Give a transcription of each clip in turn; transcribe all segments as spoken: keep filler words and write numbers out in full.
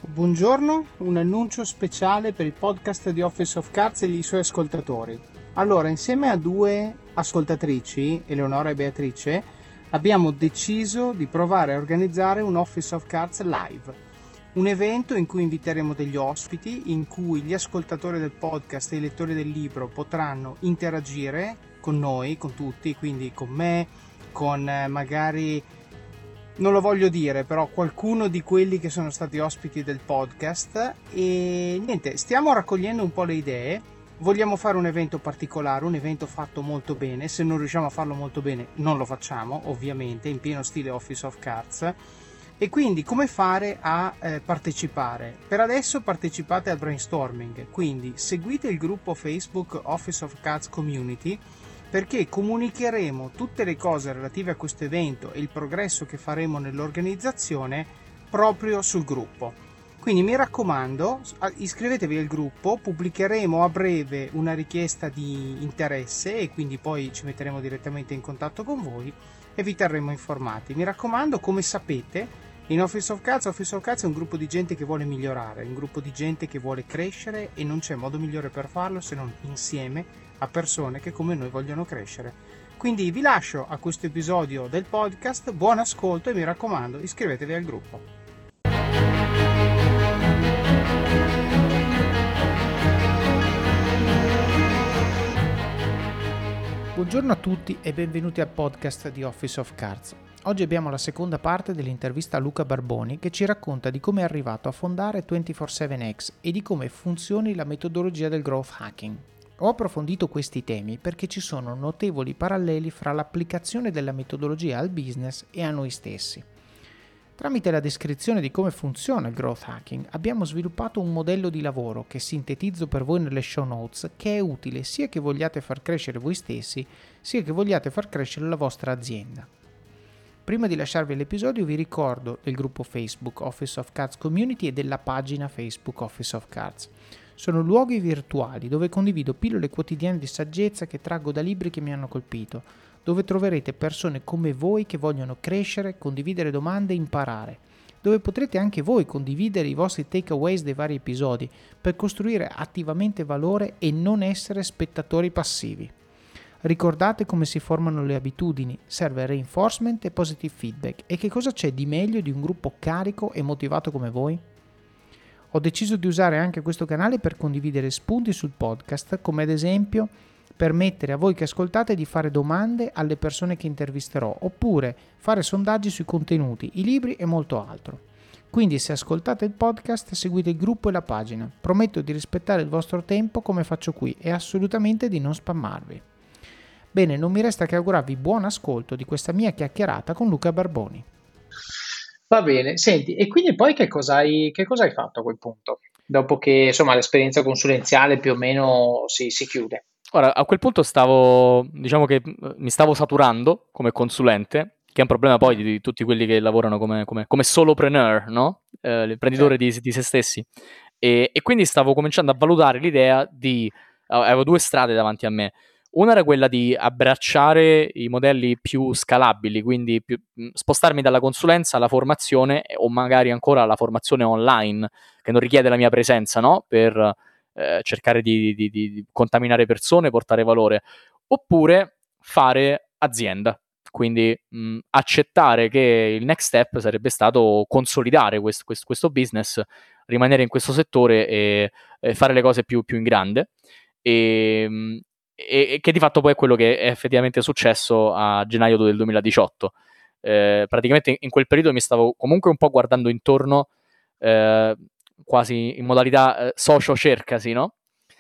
Buongiorno, un annuncio speciale per il podcast di Office of Cards e i suoi ascoltatori. Allora, insieme a due ascoltatrici, Eleonora e Beatrice, abbiamo deciso di provare a organizzare un Office of Cards live, un evento in cui inviteremo degli ospiti, in cui gli ascoltatori del podcast e i lettori del libro potranno interagire con noi, con tutti, quindi con me, con eh, magari... non lo voglio dire, però qualcuno di quelli che sono stati ospiti del podcast. E niente, stiamo raccogliendo un po' le idee. Vogliamo fare un evento particolare, un evento fatto molto bene. Se non riusciamo a farlo molto bene non lo facciamo, ovviamente, in pieno stile Office of Cards. E quindi come fare a eh, partecipare? Per adesso partecipate al brainstorming, quindi seguite il gruppo Facebook Office of Cards Community, perché comunicheremo tutte le cose relative a questo evento e il progresso che faremo nell'organizzazione proprio sul gruppo. Quindi mi raccomando, iscrivetevi al gruppo, pubblicheremo a breve una richiesta di interesse e quindi poi ci metteremo direttamente in contatto con voi e vi terremo informati. Mi raccomando, come sapete, in Office of Cards, Office of Cards è un gruppo di gente che vuole migliorare, un gruppo di gente che vuole crescere e non c'è modo migliore per farlo se non insieme a persone che come noi vogliono crescere. Quindi vi lascio a questo episodio del podcast, buon ascolto e mi raccomando iscrivetevi al gruppo. Buongiorno a tutti e benvenuti al podcast di Office of Cards. Oggi abbiamo la seconda parte dell'intervista a Luca Barboni che ci racconta di come è arrivato a fondare ventiquattro sette X e di come funzioni la metodologia del growth hacking. Ho approfondito questi temi perché ci sono notevoli paralleli fra l'applicazione della metodologia al business e a noi stessi. Tramite la descrizione di come funziona il growth hacking abbiamo sviluppato un modello di lavoro che sintetizzo per voi nelle show notes, che è utile sia che vogliate far crescere voi stessi sia che vogliate far crescere la vostra azienda. Prima di lasciarvi l'episodio vi ricordo del gruppo Facebook Office of Cards Community e della pagina Facebook Office of Cards. Sono luoghi virtuali dove condivido pillole quotidiane di saggezza che traggo da libri che mi hanno colpito, dove troverete persone come voi che vogliono crescere, condividere domande e imparare, dove potrete anche voi condividere i vostri takeaways dei vari episodi per costruire attivamente valore e non essere spettatori passivi. Ricordate come si formano le abitudini, serve reinforcement e positive feedback e che cosa c'è di meglio di un gruppo carico e motivato come voi? Ho deciso di usare anche questo canale per condividere spunti sul podcast, come ad esempio permettere a voi che ascoltate di fare domande alle persone che intervisterò, oppure fare sondaggi sui contenuti, i libri e molto altro. Quindi se ascoltate il podcast seguite il gruppo e la pagina. Prometto di rispettare il vostro tempo come faccio qui e assolutamente di non spammarvi. Bene, non mi resta che augurarvi buon ascolto di questa mia chiacchierata con Luca Barboni. Va bene, senti, e quindi poi che cosa hai, che cosa hai fatto a quel punto? Dopo che insomma l'esperienza consulenziale più o meno si, si chiude. Ora, a quel punto stavo, diciamo che mi stavo saturando come consulente, che è un problema poi di, di tutti quelli che lavorano come, come, come solopreneur, no? Eh, l'imprenditore Certo. di, di se stessi. E, e quindi stavo cominciando a valutare l'idea di... Avevo due strade davanti a me. Una era quella di abbracciare i modelli più scalabili, quindi più, spostarmi dalla consulenza alla formazione o magari ancora alla formazione online, che non richiede la mia presenza, no? Per eh, cercare di, di, di contaminare persone, portare valore. Oppure fare azienda, quindi mh, accettare che il next step sarebbe stato consolidare questo, questo, questo business, rimanere in questo settore e, e fare le cose più, più in grande. E, e, e che di fatto poi è quello che è effettivamente successo a gennaio del duemiladiciotto. Eh, praticamente in quel periodo mi stavo comunque un po' guardando intorno, eh, quasi in modalità eh, socio cercasi, no?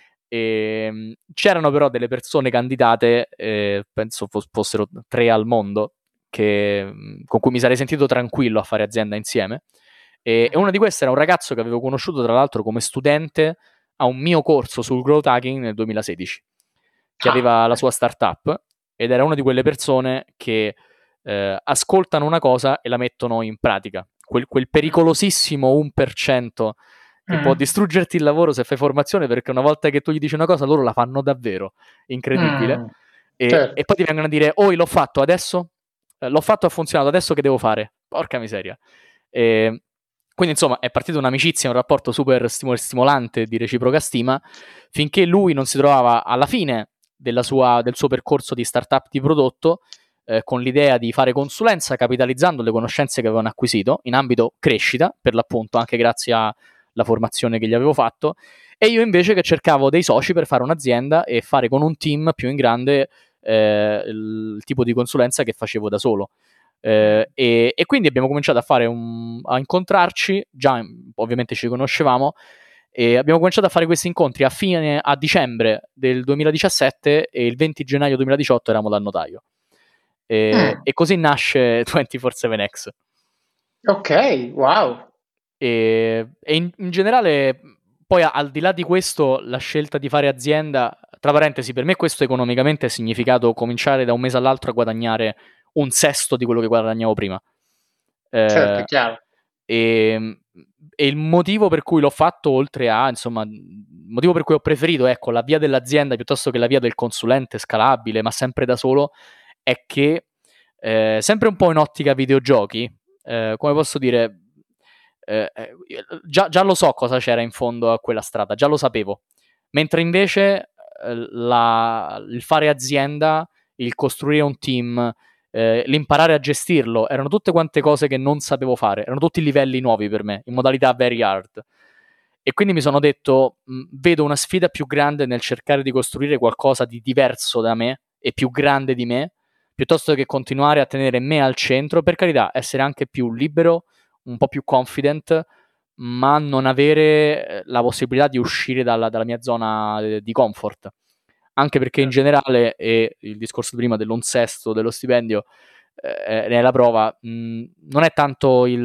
E, c'erano però delle persone candidate, eh, penso fossero tre al mondo, che, con cui mi sarei sentito tranquillo a fare azienda insieme. E, e una di queste era un ragazzo che avevo conosciuto tra l'altro come studente a un mio corso sul growth hacking nel duemilasedici, che ah, aveva la sua startup ed era una di quelle persone che eh, ascoltano una cosa e la mettono in pratica. Quel, quel pericolosissimo uno per cento che mm. può distruggerti il lavoro se fai formazione, perché una volta che tu gli dici una cosa loro la fanno davvero, incredibile. Mm. E, certo. E poi ti vengono a dire: oh, l'ho fatto adesso, eh, l'ho fatto, ha funzionato, adesso che devo fare? Porca miseria. E Quindi insomma è partita un'amicizia, un rapporto super stimolante di reciproca stima, finché lui non si trovava alla fine della sua, del suo percorso di startup di prodotto, eh, con l'idea di fare consulenza capitalizzando le conoscenze che avevano acquisito in ambito crescita, per l'appunto anche grazie alla formazione che gli avevo fatto, e io invece che cercavo dei soci per fare un'azienda e fare con un team più in grande eh, il tipo di consulenza che facevo da solo. Eh, e, e quindi abbiamo cominciato a fare un, a incontrarci, già ovviamente ci conoscevamo, e abbiamo cominciato a fare questi incontri a fine a dicembre del duemiladiciassette e il venti gennaio duemiladiciotto eravamo dal notaio. E, Mm. e così nasce ventiquattro sette X. Ok, wow. E, e in, in generale, poi al di là di questo, la scelta di fare azienda, tra parentesi, per me questo economicamente ha significato cominciare da un mese all'altro a guadagnare un sesto di quello che guadagnavo prima. Eh, Certo, è chiaro. e, e il motivo per cui l'ho fatto, oltre a, insomma, il motivo per cui ho preferito, ecco, la via dell'azienda piuttosto che la via del consulente scalabile, ma sempre da solo, è che, eh, sempre un po' in ottica videogiochi, eh, come posso dire, eh, già, già lo so cosa c'era in fondo a quella strada, già lo sapevo. Mentre invece eh, la, il fare azienda, il costruire un team, eh, l'imparare a gestirlo, erano tutte quante cose che non sapevo fare, erano tutti livelli nuovi per me, in modalità very hard. E quindi mi sono detto, mh, vedo una sfida più grande nel cercare di costruire qualcosa di diverso da me e più grande di me, piuttosto che continuare a tenere me al centro, per carità, essere anche più libero, un po' più confident, ma non avere la possibilità di uscire dalla, dalla mia zona di comfort. Anche perché in generale, e il discorso prima dell'un sesto dello stipendio eh, ne è la prova, mh, non è tanto il,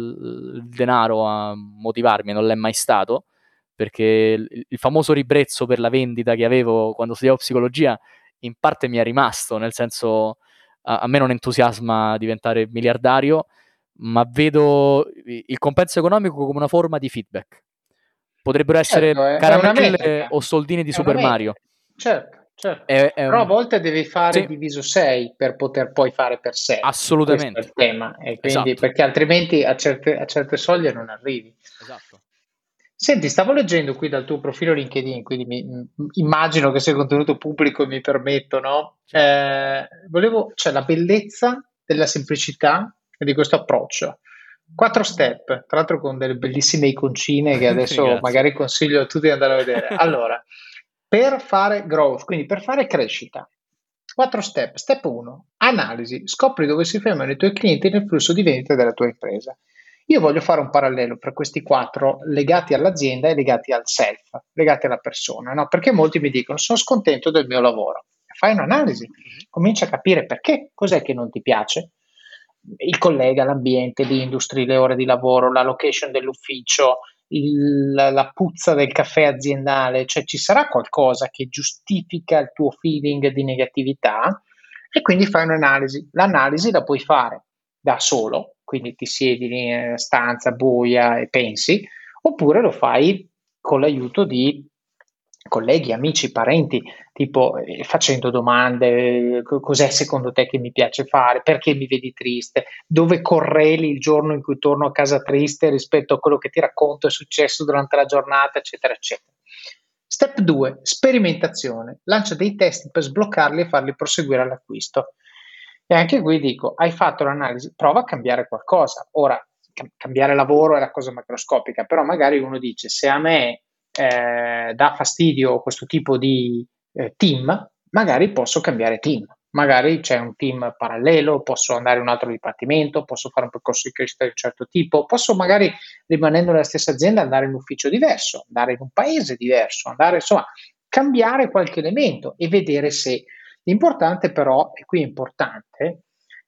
il denaro a motivarmi, non l'è mai stato, perché il, il famoso ribrezzo per la vendita che avevo quando studiavo psicologia in parte mi è rimasto, nel senso a, a me non entusiasma diventare miliardario, ma vedo il compenso economico come una forma di feedback. Potrebbero essere Certo, è, è una caramelle metrica. o soldini di È una Super Mario. metrica. Certo, certo. È, è Però a un... volte devi fare Sì, diviso sei per poter poi fare per sé. Questo è assolutamente. il tema. E quindi, Esatto. perché altrimenti a certe, a certe soglie non arrivi. Esatto. Senti, stavo leggendo qui dal tuo profilo LinkedIn, quindi mi, m- immagino che sia contenuto pubblico e mi permetto, no? Certo. Eh, volevo, cioè la bellezza della semplicità e di questo approccio. Quattro step, tra l'altro con delle bellissime iconcine che Ti adesso ringrazio. magari consiglio a tutti di andare a vedere. Allora, per fare growth, quindi per fare crescita, quattro step. Step uno, analisi, scopri dove si fermano i tuoi clienti nel flusso di vendita della tua impresa. Io voglio fare un parallelo tra questi quattro legati all'azienda e legati al self, legati alla persona, no? Perché molti mi dicono sono scontento del mio lavoro. Fai un'analisi, comincia a capire perché, cos'è che non ti piace. Il collega, l'ambiente, l'industria, le ore di lavoro, la location dell'ufficio, il, la puzza del caffè aziendale, cioè ci sarà qualcosa che giustifica il tuo feeling di negatività e quindi fai un'analisi. L'analisi la puoi fare da solo, quindi ti siedi in una stanza buia e pensi, oppure lo fai con l'aiuto di colleghi, amici, parenti, tipo eh, facendo domande, eh, cos'è secondo te che mi piace fare, perché mi vedi triste, dove correli il giorno in cui torno a casa triste rispetto a quello che ti racconto è successo durante la giornata, eccetera, eccetera. Step due, sperimentazione. Lancia dei test per sbloccarli e farli proseguire all'acquisto. E anche qui dico, hai fatto l'analisi, prova a cambiare qualcosa. Ora, cambiare lavoro è la cosa macroscopica, però magari uno dice, se a me eh, dà fastidio questo tipo di eh, team, magari posso cambiare team. Magari c'è un team parallelo, posso andare in un altro dipartimento, posso fare un percorso di crescita di un certo tipo, posso magari, rimanendo nella stessa azienda, andare in un ufficio diverso, andare in un paese diverso, andare, insomma, cambiare qualche elemento e vedere se. L'importante però, e qui è importante,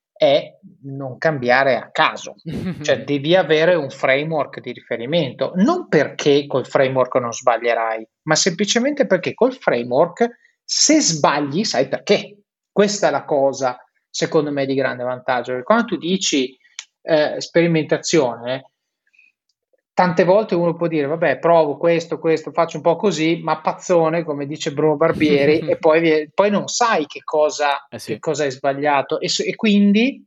è non cambiare a caso, cioè devi avere un framework di riferimento, non perché col framework non sbaglierai, ma semplicemente perché col framework se sbagli sai perché. Questa è la cosa, secondo me, di grande vantaggio. Perché quando tu dici eh, sperimentazione, tante volte uno può dire, vabbè, provo questo, questo, faccio un po' così, ma pazzone, come dice Bruno Barbieri, e poi, poi non sai che cosa, Eh che sì. cosa hai sbagliato. E, e quindi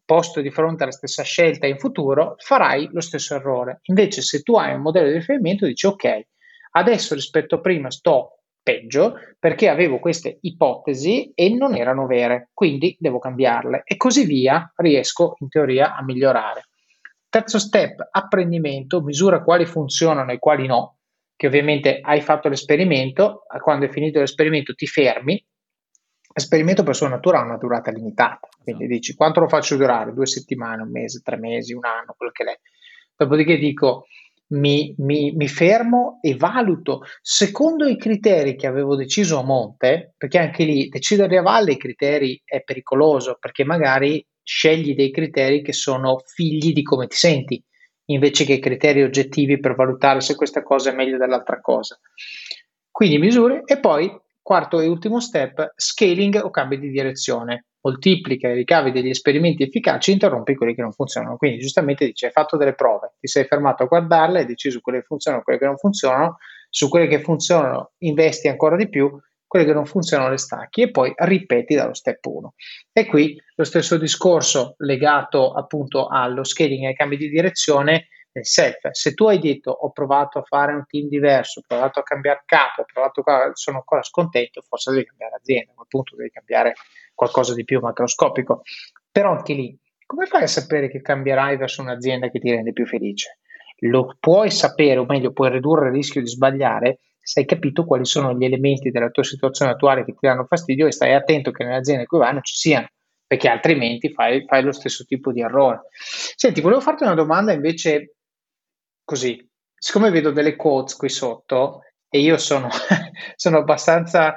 posto di fronte alla stessa scelta in futuro, farai lo stesso errore. Invece, se tu hai un modello di riferimento, dici ok, adesso rispetto a prima sto peggio perché avevo queste ipotesi e non erano vere, quindi devo cambiarle e così via, riesco in teoria a migliorare. Terzo step, apprendimento, misura quali funzionano e quali no, che ovviamente hai fatto l'esperimento, quando hai finito l'esperimento ti fermi. L'esperimento per sua natura ha una durata limitata, quindi dici quanto lo faccio durare? Due settimane, un mese, tre mesi, un anno, quello che è. Dopodiché dico mi, mi, mi fermo e valuto secondo i criteri che avevo deciso a monte, perché anche lì decidere a valle i criteri è pericoloso, perché magari scegli dei criteri che sono figli di come ti senti, invece che criteri oggettivi per valutare se questa cosa è meglio dell'altra cosa. Quindi misure e poi quarto e ultimo step, scaling o cambi di direzione. Moltiplica i ricavi degli esperimenti efficaci, interrompi quelli che non funzionano. Quindi giustamente dice, hai fatto delle prove, ti sei fermato a guardarle, hai deciso quelle che funzionano, quelle che non funzionano, su quelle che funzionano investi ancora di più, quelle che non funzionano le stacchi e poi ripeti dallo step uno. E qui lo stesso discorso legato appunto allo scaling e ai cambi di direzione nel self. Se tu hai detto ho provato a fare un team diverso, ho provato a cambiare capo, ho provato a, sono ancora scontento, forse devi cambiare azienda, a quel punto devi cambiare qualcosa di più macroscopico. Però anche lì, come fai a sapere che cambierai verso un'azienda che ti rende più felice? Lo puoi sapere, o meglio, puoi ridurre il rischio di sbagliare se hai capito quali sono gli elementi della tua situazione attuale che ti danno fastidio e stai attento che nelle aziende in cui vai non ci siano, perché altrimenti fai, fai lo stesso tipo di errore. Senti, volevo farti una domanda invece così, siccome vedo delle quotes qui sotto e io sono, sono abbastanza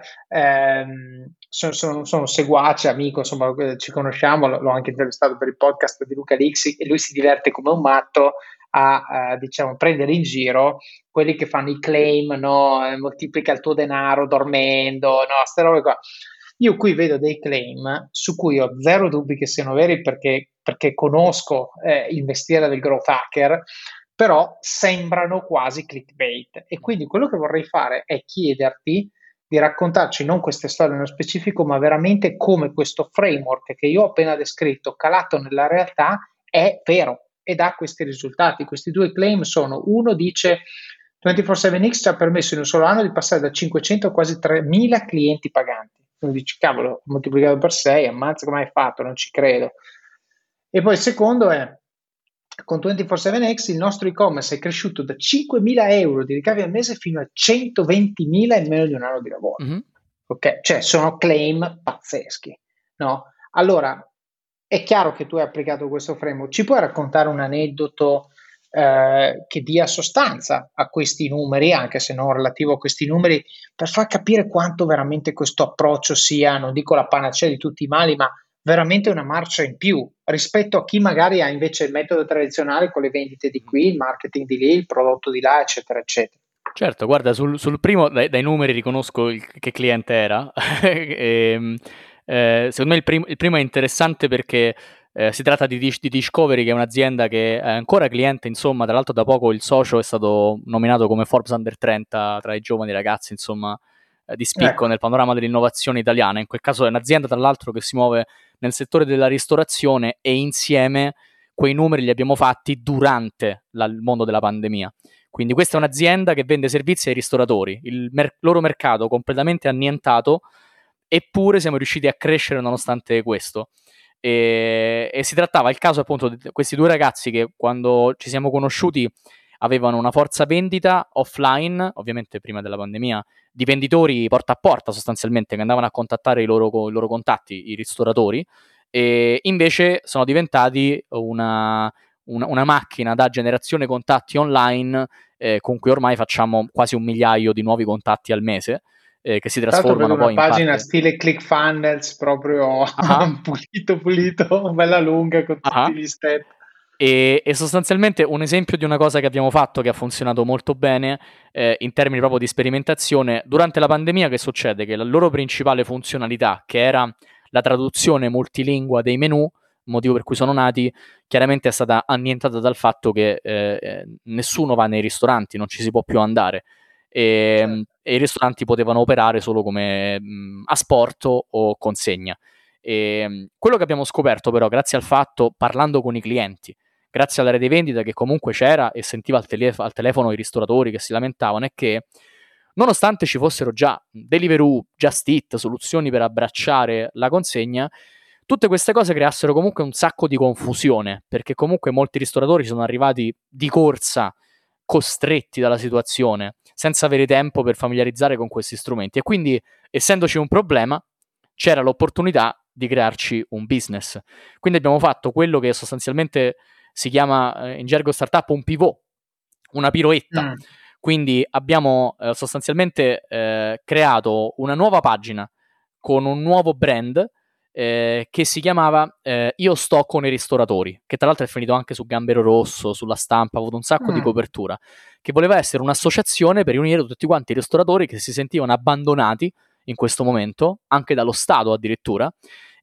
ehm, sono, sono, sono seguace, amico, insomma ci conosciamo, l'ho anche intervistato per il podcast di Luca Lixi e lui si diverte come un matto a, a diciamo prendere in giro quelli che fanno i claim, no? Moltiplica il tuo denaro dormendo, no? Ste robe qua. Io qui vedo dei claim su cui ho zero dubbi che siano veri perché, perché conosco eh, il mestiere del growth hacker, però sembrano quasi clickbait. E quindi quello che vorrei fare è chiederti di raccontarci non queste storie nello specifico, ma veramente come questo framework che io ho appena descritto, calato nella realtà, è vero e dà questi risultati. Questi due claim sono, uno dice ventiquattro sette X ci ha permesso in un solo anno di passare da cinquecento a quasi tremila clienti paganti. Quindi dici, cavolo, moltiplicato per sei, ammazza come hai fatto, non ci credo. E poi il secondo è, con ventiquattro sette X il nostro e-commerce è cresciuto da cinquemila euro di ricavi al mese fino a centoventimila in meno di un anno di lavoro. Mm-hmm. Ok? Cioè sono claim pazzeschi, no? Allora, è chiaro che tu hai applicato questo framework. Ci puoi raccontare un aneddoto eh, che dia sostanza a questi numeri, anche se non relativo a questi numeri, per far capire quanto veramente questo approccio sia, non dico la panacea di tutti i mali, ma veramente una marcia in più rispetto a chi magari ha invece il metodo tradizionale con le vendite di qui, il marketing di lì, il prodotto di là, eccetera, eccetera. Certo, guarda, sul, sul primo, dai, dai numeri riconosco il, che cliente era. e, eh, secondo me il, prim- il primo è interessante perché eh, si tratta di, di Discovery, che è un'azienda che è ancora cliente, insomma, tra l'altro da poco il socio è stato nominato come Forbes Under trenta tra i giovani ragazzi, insomma, eh, di spicco ecco. Nel panorama dell'innovazione italiana. In quel caso è un'azienda, tra l'altro, che si muove nel settore della ristorazione e insieme quei numeri li abbiamo fatti durante la, il mondo della pandemia. Quindi questa è un'azienda che vende servizi ai ristoratori, il mer- loro mercato completamente annientato, eppure siamo riusciti a crescere nonostante questo. E, e si trattava il caso appunto di questi due ragazzi che quando ci siamo conosciuti avevano una forza vendita offline, ovviamente prima della pandemia, di venditori porta a porta sostanzialmente, che andavano a contattare i loro, i loro contatti, i ristoratori, e invece sono diventati una... Una, una macchina da generazione contatti online eh, con cui ormai facciamo quasi un migliaio di nuovi contatti al mese eh, che si trasformano poi in una pagina parte... stile ClickFunnels proprio uh-huh. pulito pulito, bella lunga con tutti uh-huh. gli step. E, e sostanzialmente un esempio di una cosa che abbiamo fatto che ha funzionato molto bene eh, in termini proprio di sperimentazione durante la pandemia. Che succede? Che la loro principale funzionalità, che era la traduzione multilingua dei menu, motivo per cui sono nati, chiaramente è stata annientata dal fatto che eh, nessuno va nei ristoranti, non ci si può più andare e, certo. e i ristoranti potevano operare solo come mh, asporto o consegna. E quello che abbiamo scoperto però, grazie al fatto, parlando con i clienti, grazie alla rete vendita che comunque c'era e sentiva al, tele- al telefono i ristoratori che si lamentavano, è che nonostante ci fossero già Deliveroo, Just Eat, soluzioni per abbracciare la consegna, tutte queste cose creassero comunque un sacco di confusione, perché comunque molti ristoratori sono arrivati di corsa, costretti dalla situazione, senza avere tempo per familiarizzare con questi strumenti. E quindi, essendoci un problema, c'era l'opportunità di crearci un business. Quindi abbiamo fatto quello che sostanzialmente si chiama eh, in gergo startup un pivot, una piroetta. Mm. Quindi abbiamo eh, sostanzialmente eh, creato una nuova pagina con un nuovo brand eh, che si chiamava eh, Io sto con i ristoratori, che tra l'altro è finito anche su Gambero Rosso, sulla stampa, ha avuto un sacco mm. di copertura, che voleva essere un'associazione per riunire tutti quanti i ristoratori che si sentivano abbandonati in questo momento, anche dallo Stato addirittura,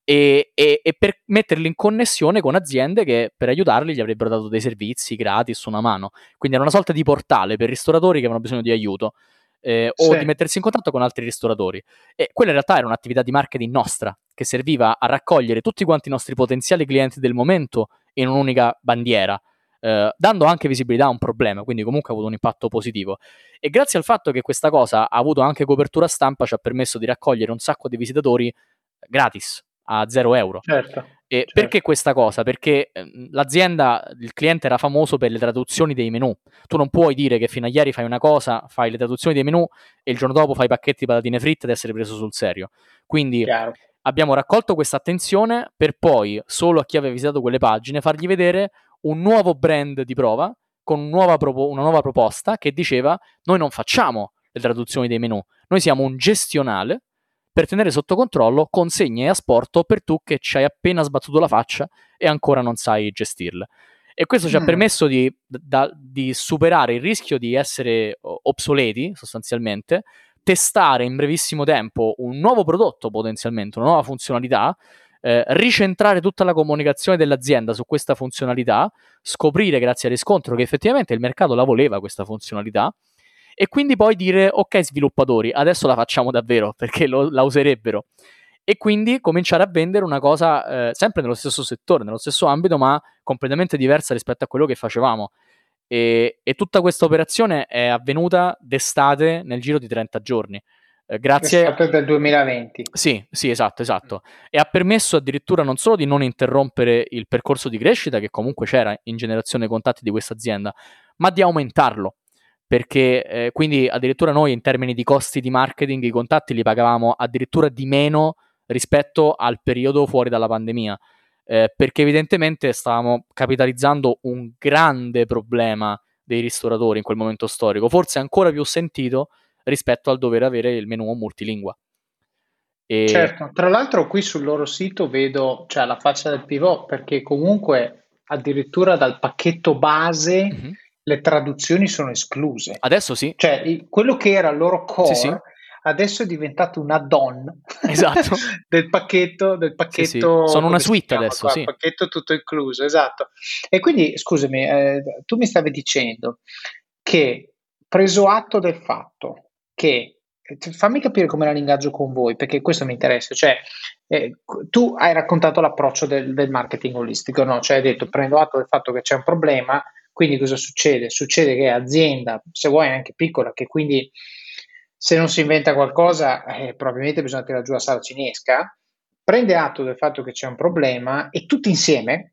e, e, e per metterli in connessione con aziende che per aiutarli gli avrebbero dato dei servizi gratis, una mano. Quindi era una sorta di portale per ristoratori che avevano bisogno di aiuto eh, o sì. di mettersi in contatto con altri ristoratori. E quella in realtà era un'attività di marketing nostra che serviva a raccogliere tutti quanti i nostri potenziali clienti del momento in un'unica bandiera, eh, dando anche visibilità a un problema, quindi comunque ha avuto un impatto positivo. E grazie al fatto che questa cosa ha avuto anche copertura stampa ci ha permesso di raccogliere un sacco di visitatori gratis, a zero euro. Certo, e certo. Perché questa cosa? Perché l'azienda, il cliente era famoso per le traduzioni dei menù. Tu non puoi dire che fino a ieri fai una cosa, fai le traduzioni dei menù e il giorno dopo fai i pacchetti di patatine fritte ed essere preso sul serio. Quindi Chiaro. abbiamo raccolto questa attenzione per poi, solo a chi aveva visitato quelle pagine, fargli vedere un nuovo brand di prova con una nuova, propo- una nuova proposta che diceva: noi non facciamo le traduzioni dei menù, noi siamo un gestionale per tenere sotto controllo consegne e asporto per tu che ci hai appena sbattuto la faccia e ancora non sai gestirle. E questo mm. ci ha permesso di, da, di superare il rischio di essere obsoleti, sostanzialmente, testare in brevissimo tempo un nuovo prodotto, potenzialmente, una nuova funzionalità, eh, ricentrare tutta la comunicazione dell'azienda su questa funzionalità, scoprire grazie al riscontro che effettivamente il mercato la voleva questa funzionalità, e quindi poi dire: ok sviluppatori, adesso la facciamo davvero, perché lo, la userebbero. E quindi cominciare a vendere una cosa eh, sempre nello stesso settore, nello stesso ambito, ma completamente diversa rispetto a quello che facevamo. E, e tutta questa operazione è avvenuta d'estate nel giro di trenta giorni. Eh, grazie L'estate del duemilaventi. Sì, sì, esatto, esatto. E ha permesso addirittura non solo di non interrompere il percorso di crescita, che comunque c'era in generazione contatti di questa azienda, ma di aumentarlo. Perché eh, quindi addirittura noi in termini di costi di marketing i contatti li pagavamo addirittura di meno rispetto al periodo fuori dalla pandemia, eh, perché evidentemente stavamo capitalizzando un grande problema dei ristoratori in quel momento storico, forse ancora più sentito rispetto al dover avere il menù multilingua. E... Certo, tra l'altro qui sul loro sito vedo, cioè, la faccia del pivot, perché comunque addirittura dal pacchetto base mm-hmm. le traduzioni sono escluse. Adesso sì. Cioè, il, quello che era il loro core, sì, sì. adesso è diventato un add-on esatto. del pacchetto. Del pacchetto sì, sì. Sono una suite adesso, qua? sì. Il pacchetto tutto incluso, esatto. E quindi, scusami, eh, tu mi stavi dicendo che, preso atto del fatto che, fammi capire com'era l'ingaggio con voi, perché questo mi interessa, cioè eh, tu hai raccontato l'approccio del, del marketing olistico, no? Cioè hai detto: prendo atto del fatto che c'è un problema. Quindi cosa succede? Succede che azienda, se vuoi anche piccola, che quindi se non si inventa qualcosa eh, probabilmente bisogna tirare giù la saracinesca, prende atto del fatto che c'è un problema e tutti insieme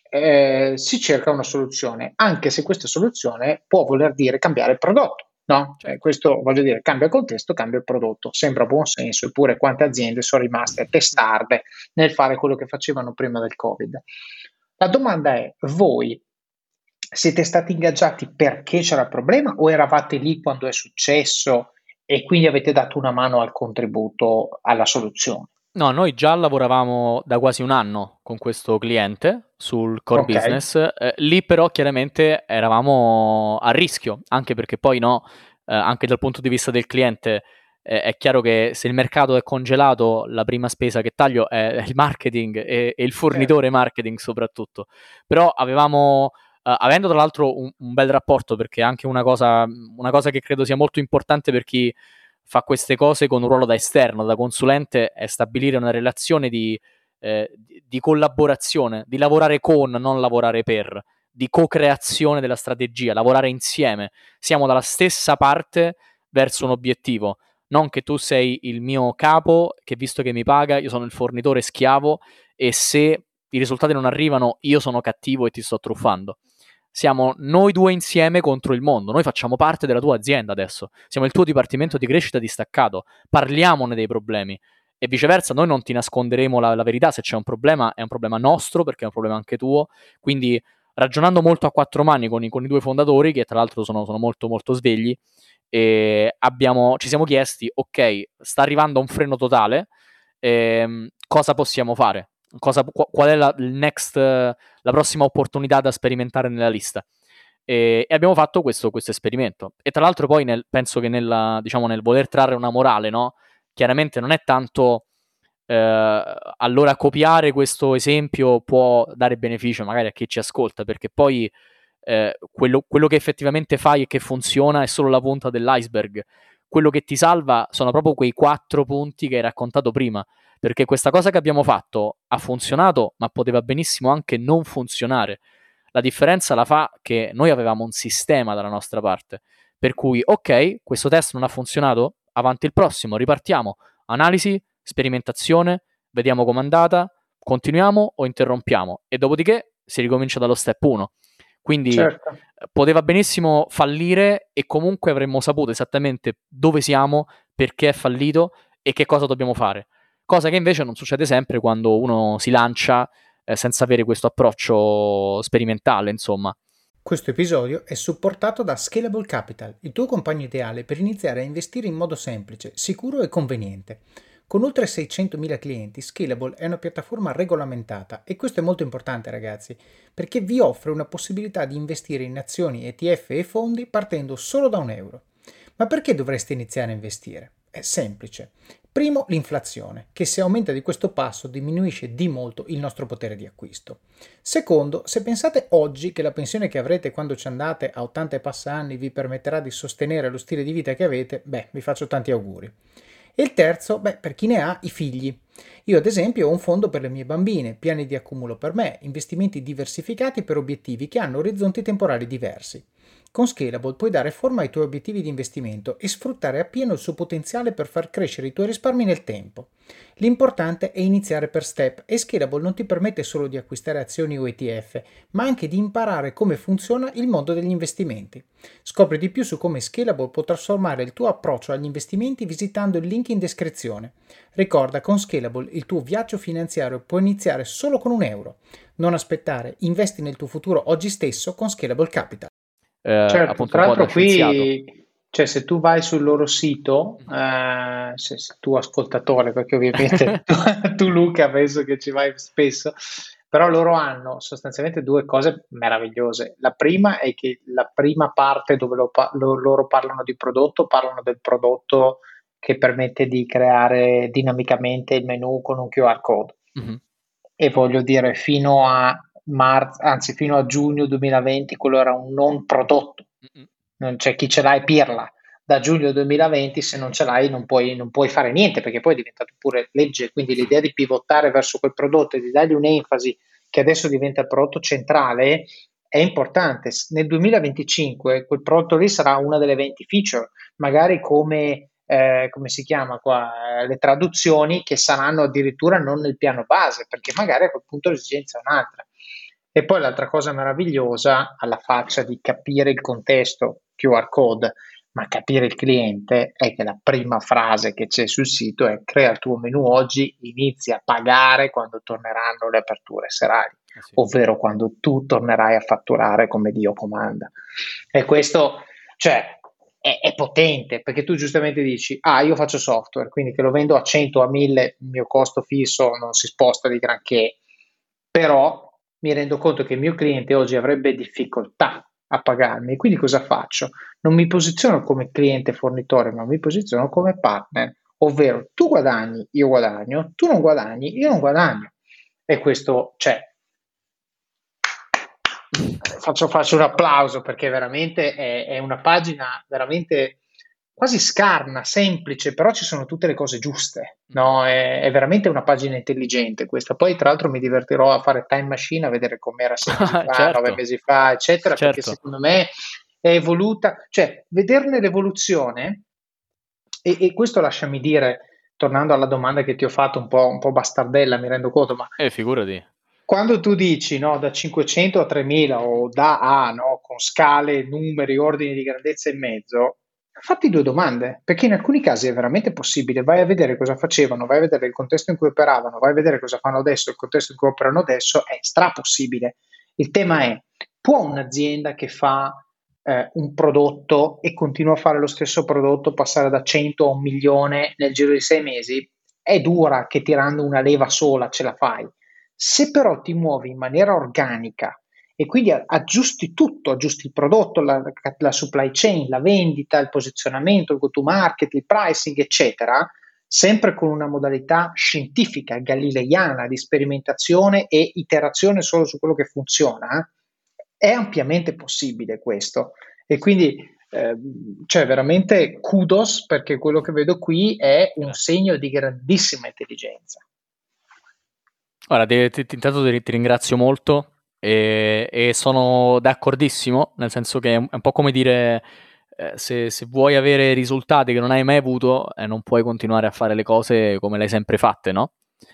eh, si cerca una soluzione, anche se questa soluzione può voler dire cambiare il prodotto. No? Cioè, questo, voglio dire, cambia il contesto, cambia il prodotto, sembra buon senso, eppure quante aziende sono rimaste testarde nel fare quello che facevano prima del Covid. La domanda è: voi siete stati ingaggiati perché c'era il problema o eravate lì quando è successo e quindi avete dato una mano al contributo alla soluzione? No, noi già lavoravamo da quasi un anno con questo cliente sul core okay. business, eh, lì però chiaramente eravamo a rischio, anche perché poi no, eh, anche dal punto di vista del cliente eh, è chiaro che se il mercato è congelato la prima spesa che taglio è il marketing e, e il fornitore certo. marketing soprattutto, però avevamo... Uh, avendo tra l'altro un, un bel rapporto, perché è anche una cosa, una cosa che credo sia molto importante per chi fa queste cose con un ruolo da esterno, da consulente, è stabilire una relazione di, eh, di, di collaborazione, di lavorare con, non lavorare per, di co-creazione della strategia, lavorare insieme. Siamo dalla stessa parte verso un obiettivo, non che tu sei il mio capo, che visto che mi paga, io sono il fornitore schiavo e se i risultati non arrivano io sono cattivo e ti sto truffando. Siamo noi due insieme contro il mondo, noi facciamo parte della tua azienda adesso, siamo il tuo dipartimento di crescita distaccato, parliamone dei problemi e viceversa noi non ti nasconderemo la, la verità, se c'è un problema è un problema nostro perché è un problema anche tuo, quindi ragionando molto a quattro mani con i, con i due fondatori, che tra l'altro sono, sono molto molto svegli, e abbiamo, ci siamo chiesti, ok, sta arrivando un freno totale, ehm, cosa possiamo fare? Cosa, qual è la, il next, la prossima opportunità da sperimentare nella lista? E, e abbiamo fatto questo, questo esperimento. E tra l'altro poi nel, penso che nel, diciamo, nel voler trarre una morale, no? Chiaramente non è tanto eh, allora copiare questo esempio può dare beneficio magari a chi ci ascolta, perché poi eh, quello, quello che effettivamente fai e che funziona è solo la punta dell'iceberg. Quello che ti salva sono proprio quei quattro punti che hai raccontato prima, perché questa cosa che abbiamo fatto ha funzionato, ma poteva benissimo anche non funzionare. La differenza la fa che noi avevamo un sistema dalla nostra parte, per cui ok, questo test non ha funzionato, avanti il prossimo, ripartiamo, analisi, sperimentazione, vediamo com'è andata, continuiamo o interrompiamo e dopodiché si ricomincia dallo step uno. Quindi Certo. poteva benissimo fallire e comunque avremmo saputo esattamente dove siamo, perché è fallito e che cosa dobbiamo fare. Cosa che invece non succede sempre quando uno si lancia eh, senza avere questo approccio sperimentale, insomma. Questo episodio è supportato da Scalable Capital, il tuo compagno ideale per iniziare a investire in modo semplice, sicuro e conveniente. Con oltre seicentomila clienti, Scalable è una piattaforma regolamentata e questo è molto importante, ragazzi, perché vi offre una possibilità di investire in azioni, E T F e fondi partendo solo da un euro. Ma perché dovreste iniziare a investire? È semplice. Primo, l'inflazione, che se aumenta di questo passo diminuisce di molto il nostro potere di acquisto. Secondo, se pensate oggi che la pensione che avrete quando ci andate a ottanta e passa anni vi permetterà di sostenere lo stile di vita che avete, beh, vi faccio tanti auguri. E il terzo, beh, per chi ne ha, i figli. Io ad esempio ho un fondo per le mie bambine, piani di accumulo per me, investimenti diversificati per obiettivi che hanno orizzonti temporali diversi. Con Scalable puoi dare forma ai tuoi obiettivi di investimento e sfruttare appieno il suo potenziale per far crescere i tuoi risparmi nel tempo. L'importante è iniziare per step e Scalable non ti permette solo di acquistare azioni o E T F, ma anche di imparare come funziona il mondo degli investimenti. Scopri di più su come Scalable può trasformare il tuo approccio agli investimenti visitando il link in descrizione. Ricorda, con Scalable il tuo viaggio finanziario può iniziare solo con un euro. Non aspettare, investi nel tuo futuro oggi stesso con Scalable Capital. Eh, certo, appunto tra un po' da l'altro scienziato. qui, cioè se tu vai sul loro sito, eh, se, se tu ascoltatore, perché ovviamente tu, tu Luca penso che ci vai spesso, però loro hanno sostanzialmente due cose meravigliose. La prima è che la prima parte dove lo, lo, loro parlano di prodotto, parlano del prodotto che permette di creare dinamicamente il menu con un Q R code. Mm-hmm. E voglio dire, fino a marzo, anzi fino a giugno duemilaventi quello era un non prodotto. Mm-hmm. Non c'è chi ce l'ha e pirla. Da giugno duemilaventi se non ce l'hai non puoi, non puoi fare niente, perché poi è diventato pure legge, quindi l'idea di pivotare verso quel prodotto e di dargli un'enfasi che adesso diventa il prodotto centrale è importante. Nel duemilaventicinque quel prodotto lì sarà una delle venti feature, magari come Eh, come si chiama qua, le traduzioni che saranno addirittura non nel piano base, perché magari a quel punto l'esigenza è un'altra. E poi l'altra cosa meravigliosa, alla faccia di capire il contesto Q R code, ma capire il cliente, è che la prima frase che c'è sul sito è: crea il tuo menu oggi, inizia a pagare quando torneranno le aperture serali, eh sì. Ovvero quando tu tornerai a fatturare come Dio comanda. E questo, cioè, È, è potente, perché tu giustamente dici: ah, io faccio software, quindi che lo vendo a cento, a mille, il mio costo fisso non si sposta di granché, però mi rendo conto che il mio cliente oggi avrebbe difficoltà a pagarmi, quindi cosa faccio? Non mi posiziono come cliente fornitore, ma mi posiziono come partner, ovvero tu guadagni, io guadagno, tu non guadagni, io non guadagno. E questo, cioè, Faccio, faccio un applauso, perché veramente è, è una pagina veramente quasi scarna, semplice, però ci sono tutte le cose giuste, no? È, è veramente una pagina intelligente questa. Poi tra l'altro mi divertirò a fare time machine, a vedere com'era sei mesi fa, certo, nove mesi fa, eccetera, certo. perché secondo me è evoluta, cioè vederne l'evoluzione, e, e questo lasciami dire, tornando alla domanda che ti ho fatto, un po', un po' bastardella, mi rendo conto, ma Eh, figurati. quando tu dici, no, da cinquecento a tremila o da A, no, con scale, numeri, ordini di grandezza in mezzo, fatti due domande, perché in alcuni casi è veramente possibile. Vai a vedere cosa facevano, vai a vedere il contesto in cui operavano, vai a vedere cosa fanno adesso, il contesto in cui operano adesso, è stra possibile. Il tema è, può un'azienda che fa eh, un prodotto e continua a fare lo stesso prodotto passare da cento a un milione nel giro di sei mesi? È dura che tirando una leva sola ce la fai. Se però ti muovi in maniera organica e quindi aggiusti tutto, aggiusti il prodotto, la, la supply chain, la vendita, il posizionamento, il go-to-market, il pricing, eccetera, sempre con una modalità scientifica, galileiana, di sperimentazione e iterazione solo su quello che funziona, è ampiamente possibile questo. E quindi eh, cioè veramente kudos, perché quello che vedo qui è un segno di grandissima intelligenza. Ora, ti, ti, intanto ti, ti ringrazio molto e, e sono d'accordissimo, nel senso che è un, è un po' come dire eh, se, se vuoi avere risultati che non hai mai avuto, eh, non puoi continuare a fare le cose come le hai sempre fatte, no?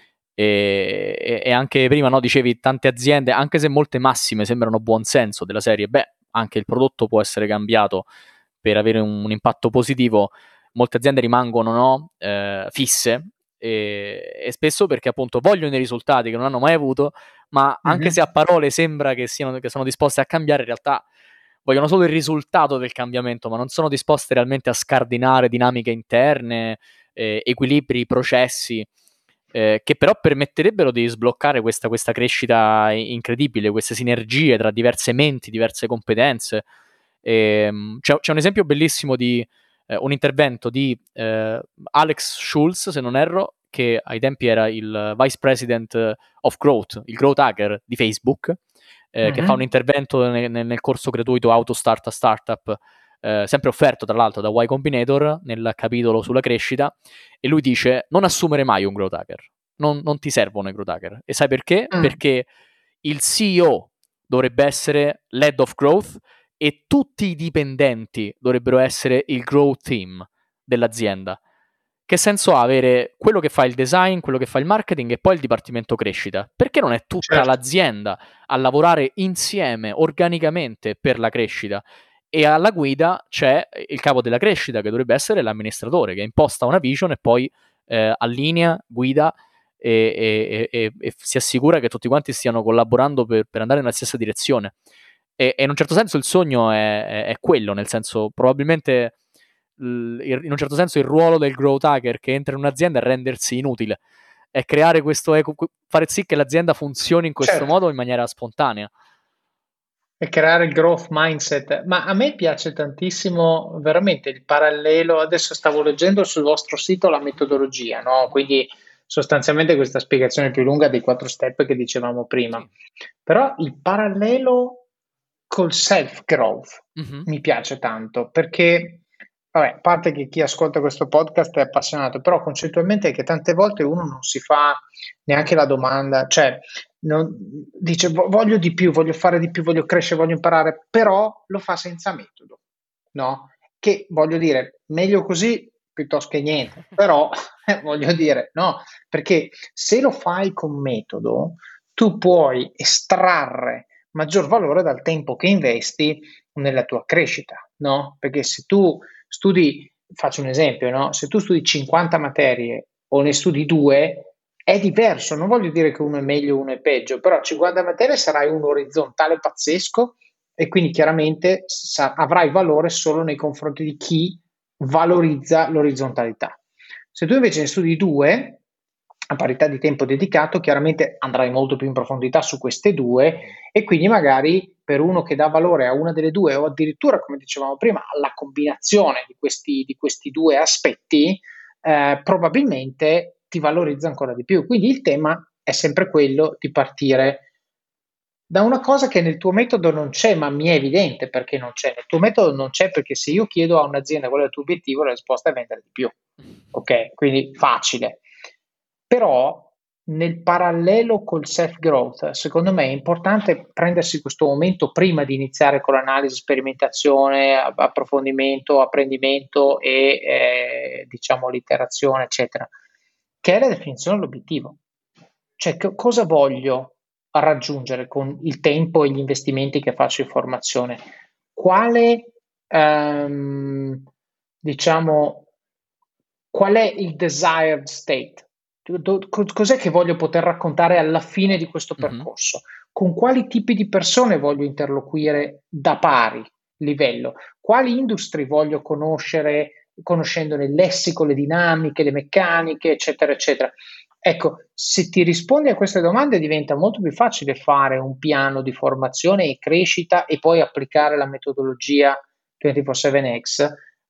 E, e, e anche prima, no, dicevi tante aziende, anche se molte massime sembrano buon senso della serie, beh, anche il prodotto può essere cambiato per avere un, un impatto positivo, molte aziende rimangono, no, eh, fisse. E, e spesso perché appunto vogliono i risultati che non hanno mai avuto, ma anche mm-hmm. se a parole sembra che, siano, che sono disposte a cambiare, in realtà vogliono solo il risultato del cambiamento, ma non sono disposte realmente a scardinare dinamiche interne, eh, equilibri, processi, eh, che però permetterebbero di sbloccare questa, questa crescita incredibile, queste sinergie tra diverse menti, diverse competenze. E, c'è, c'è un esempio bellissimo di Eh, un intervento di eh, Alex Schulz, se non erro, che ai tempi era il Vice President of Growth, il growth hacker di Facebook, eh, mm-hmm. che fa un intervento nel, nel corso gratuito Autostart a Startup, eh, sempre offerto tra l'altro da Y Combinator nel capitolo sulla crescita, e lui dice: non assumere mai un growth hacker, non, non ti servono i growth hacker. E sai perché? Mm. Perché il C E O dovrebbe essere l'head of growth e tutti i dipendenti dovrebbero essere il growth team dell'azienda. Che senso ha avere quello che fa il design, quello che fa il marketing e poi il dipartimento crescita? Perché non è tutta certo. l'azienda a lavorare insieme, organicamente, per la crescita? E alla guida c'è il capo della crescita, che dovrebbe essere l'amministratore, che imposta una vision e poi eh, allinea, guida e, e, e, e si assicura che tutti quanti stiano collaborando per, per andare nella stessa direzione. E, e in un certo senso il sogno è, è, è quello, nel senso probabilmente l, in un certo senso il ruolo del growth hacker che entra in un'azienda è rendersi inutile, è creare questo eco, fare sì che l'azienda funzioni in questo certo. modo in maniera spontanea. E creare il growth mindset. Ma a me piace tantissimo veramente il parallelo. Adesso stavo leggendo sul vostro sito la metodologia, no? Quindi sostanzialmente questa spiegazione più lunga dei quattro step che dicevamo prima. Sì. Però il parallelo col self-growth mm-hmm. mi piace tanto, perché vabbè, a parte che chi ascolta questo podcast è appassionato, però concettualmente è che tante volte uno non si fa neanche la domanda, cioè non, dice voglio di più, voglio fare di più, voglio crescere, voglio imparare, però lo fa senza metodo, no? Che voglio dire, meglio così piuttosto che niente, però eh, voglio dire, no, perché se lo fai con metodo, tu puoi estrarre maggior valore dal tempo che investi nella tua crescita, no? Perché se tu studi, faccio un esempio, no? Se tu studi cinquanta materie o ne studi due, è diverso, non voglio dire che uno è meglio, uno è peggio, però cinquanta materie sarai un orizzontale pazzesco e quindi chiaramente sa- avrai valore solo nei confronti di chi valorizza l'orizzontalità. Se tu invece ne studi due, a parità di tempo dedicato, chiaramente andrai molto più in profondità su queste due e quindi magari per uno che dà valore a una delle due o addirittura, come dicevamo prima, alla combinazione di questi, di questi due aspetti, eh, probabilmente ti valorizza ancora di più. Quindi il tema è sempre quello di partire da una cosa che nel tuo metodo non c'è, ma mi è evidente perché non c'è. Nel tuo metodo non c'è perché se io chiedo a un'azienda qual è il tuo obiettivo, la risposta è vendere di più. Ok, quindi facile. Però nel parallelo col self-growth, secondo me è importante prendersi questo momento prima di iniziare con l'analisi, sperimentazione, approfondimento, apprendimento e eh, diciamo l'iterazione, eccetera, che è la definizione dell'obiettivo. Cioè, che, cosa voglio raggiungere con il tempo e gli investimenti che faccio in formazione? Quale, ehm, diciamo, qual è il desired state? Cos'è che voglio poter raccontare alla fine di questo Mhm. percorso? Con quali tipi di persone voglio interloquire da pari livello? Quali industrie voglio conoscere, conoscendone il lessico, le dinamiche, le meccaniche, eccetera, eccetera. Ecco, se ti rispondi a queste domande diventa molto più facile fare un piano di formazione e crescita e poi applicare la metodologia ventiquattro sette X.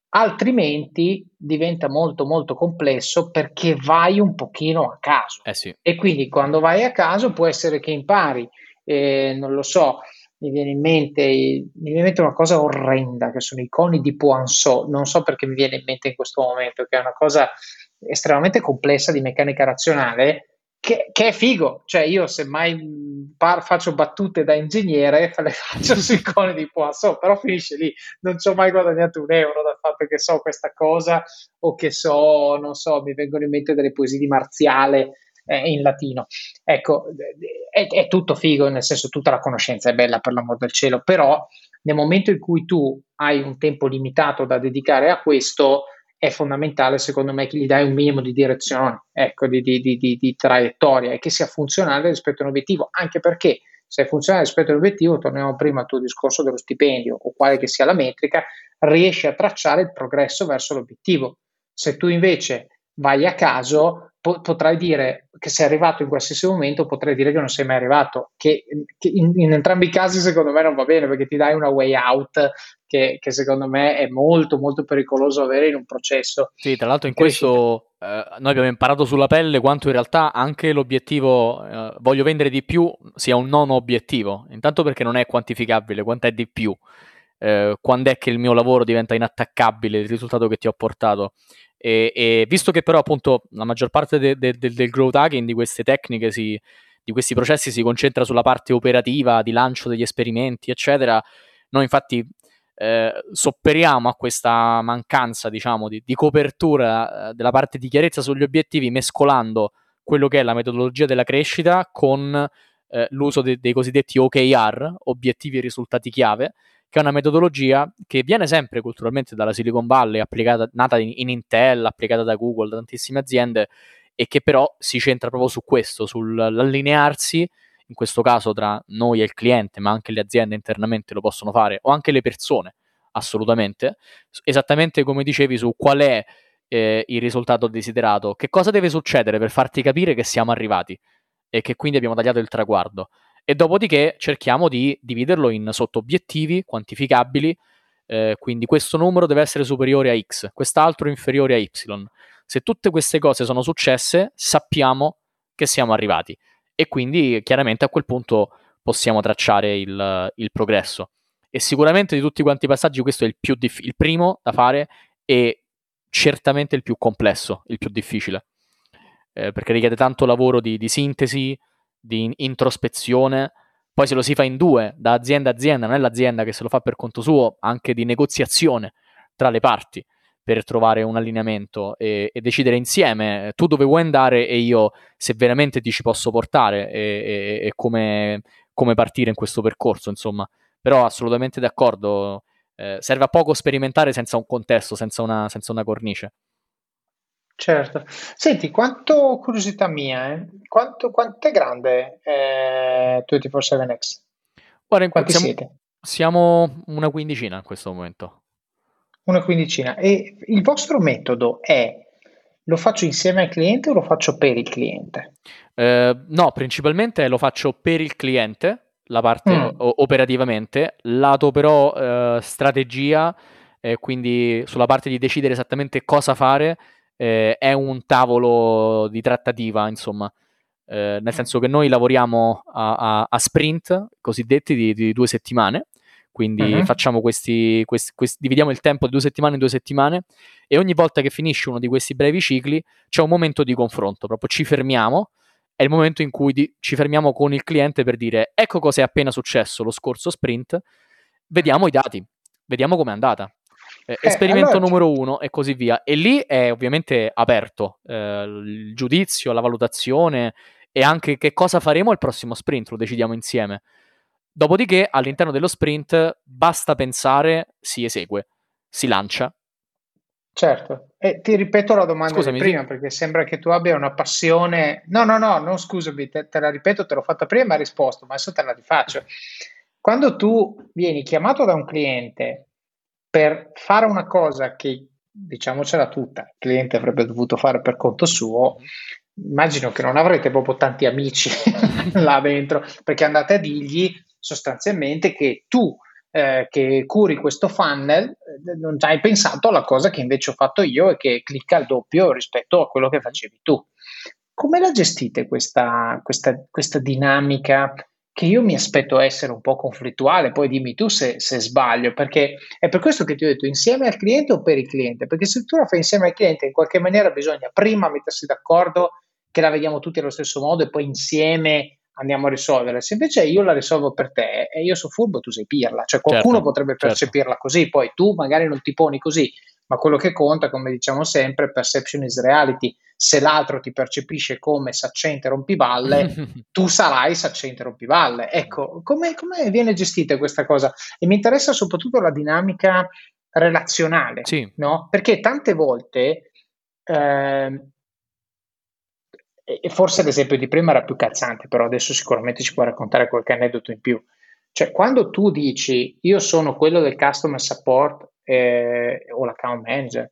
Altrimenti diventa molto molto complesso perché vai un pochino a caso. Eh sì. E quindi quando vai a caso può essere che impari, eh, non lo so, mi viene in mente, mi viene in mente una cosa orrenda che sono i coni di Poinsot, non so perché mi viene in mente in questo momento, che è una cosa estremamente complessa di meccanica razionale, che, che è figo, cioè io se mai par- faccio battute da ingegnere le faccio sui coni di Poinsot, però finisce lì, non ci ho mai guadagnato un euro dal fatto che so questa cosa o che so, non so, mi vengono in mente delle poesie di Marziale eh, in latino. Ecco, è, è tutto figo, nel senso tutta la conoscenza è bella per l'amor del cielo, però nel momento in cui tu hai un tempo limitato da dedicare a questo, è fondamentale secondo me che gli dai un minimo di direzione, ecco, di, di, di, di, di traiettoria e che sia funzionale rispetto a un obiettivo, anche perché se è funzionale rispetto all'obiettivo, torniamo prima al tuo discorso dello stipendio o quale che sia la metrica, riesci a tracciare il progresso verso l'obiettivo. Se tu invece vai a caso, po- potrai dire che sei arrivato in qualsiasi momento, potrai dire che non sei mai arrivato, che, che in, in entrambi i casi secondo me non va bene perché ti dai una way out che, che secondo me è molto molto pericoloso avere in un processo Sì, tra l'altro di in crescita. questo eh, noi abbiamo imparato sulla pelle quanto in realtà anche l'obiettivo eh, voglio vendere di più sia un non obiettivo, intanto perché non è quantificabile, quanto è di più, eh, quando è che il mio lavoro diventa inattaccabile, il risultato che ti ho portato. E, e visto che però appunto la maggior parte de, de, de, del growth hacking, di queste tecniche, si, di questi processi si concentra sulla parte operativa, di lancio degli esperimenti, eccetera, noi infatti eh, sopperiamo a questa mancanza, diciamo, di, di copertura eh, della parte di chiarezza sugli obiettivi, mescolando quello che è la metodologia della crescita con eh, l'uso de- dei cosiddetti O K R, obiettivi e risultati chiave, che è una metodologia che viene sempre culturalmente dalla Silicon Valley, applicata, nata in, in Intel, applicata da Google, da tantissime aziende, e che però si centra proprio su questo, sull'allinearsi, in questo caso tra noi e il cliente, ma anche le aziende internamente lo possono fare, o anche le persone, assolutamente, esattamente come dicevi su qual è eh, il risultato desiderato, che cosa deve succedere per farti capire che siamo arrivati e che quindi abbiamo tagliato il traguardo. E dopodiché cerchiamo di dividerlo in sotto-obiettivi quantificabili, eh, quindi questo numero deve essere superiore a X, quest'altro inferiore a Y. Se tutte queste cose sono successe, sappiamo che siamo arrivati e quindi chiaramente a quel punto possiamo tracciare il, il progresso. E sicuramente di tutti quanti i passaggi questo è il, più diff- il primo da fare e certamente il più complesso, il più difficile, eh, perché richiede tanto lavoro di, di sintesi, di introspezione. Poi se lo si fa in due, da azienda a azienda, non è l'azienda che se lo fa per conto suo, anche di negoziazione tra le parti per trovare un allineamento e, e decidere insieme tu dove vuoi andare e io se veramente ti ci posso portare e, e, e come, come partire in questo percorso, insomma. Però assolutamente d'accordo, eh, serve a poco sperimentare senza un contesto, senza una, senza una cornice. Certo. Senti, quanto curiosità mia, eh, quanto, quanto è grande eh, ventiquattro sette X? Guarda, in que- Quanti siamo, siete? siamo una quindicina in questo momento. Una quindicina. E il vostro metodo è, lo faccio insieme al cliente o lo faccio per il cliente? Eh, no, principalmente lo faccio per il cliente, la parte o- Mm. operativamente, lato però eh, strategia, eh, quindi sulla parte di decidere esattamente cosa fare, eh, è un tavolo di trattativa, insomma. eh, nel senso che noi lavoriamo a, a, a sprint cosiddetti di, di due settimane, quindi uh-huh. facciamo questi, questi, questi, dividiamo il tempo di due settimane in due settimane e ogni volta che finisce uno di questi brevi cicli c'è un momento di confronto, proprio ci fermiamo, è il momento in cui di, ci fermiamo con il cliente per dire ecco cosa è appena successo lo scorso sprint, vediamo i dati, vediamo com'è andata. Eh, esperimento eh, allora... numero uno e così via, e lì è ovviamente aperto eh, il giudizio, la valutazione e anche che cosa faremo al prossimo sprint, lo decidiamo insieme. Dopodiché all'interno dello sprint basta pensare, si esegue, si lancia. Certo, e ti ripeto la domanda Scusami, di prima sì. perché sembra che tu abbia una passione. No, no, no, non scusami, te, te la ripeto, te l'ho fatta prima e hai risposto, ma adesso te la rifaccio. Quando tu vieni chiamato da un cliente per fare una cosa che, diciamocela tutta, il cliente avrebbe dovuto fare per conto suo, immagino che non avrete proprio tanti amici là dentro, perché andate a dirgli sostanzialmente che tu, eh, che curi questo funnel, eh, non hai pensato alla cosa che invece ho fatto io e che clicca al doppio rispetto a quello che facevi tu. Come la gestite questa, questa, questa dinamica? Che io mi aspetto essere un po' conflittuale, poi dimmi tu se, se sbaglio, perché è per questo che ti ho detto insieme al cliente o per il cliente, perché se tu la fai insieme al cliente in qualche maniera bisogna prima mettersi d'accordo che la vediamo tutti allo stesso modo e poi insieme andiamo a risolvere. Se invece io la risolvo per te e io sono furbo, tu sei pirla, cioè qualcuno certo, potrebbe percepirla certo. così, poi tu magari non ti poni così, ma quello che conta, come diciamo sempre, perception is reality. Se l'altro ti percepisce come saccente rompivalle, tu sarai saccente rompivalle. Ecco, come, come viene gestita questa cosa? E mi interessa soprattutto la dinamica relazionale, sì. no? Perché tante volte, eh, e forse l'esempio di prima era più calzante, però adesso sicuramente ci puoi raccontare qualche aneddoto in più. Cioè, quando tu dici io sono quello del customer support eh, o l'account manager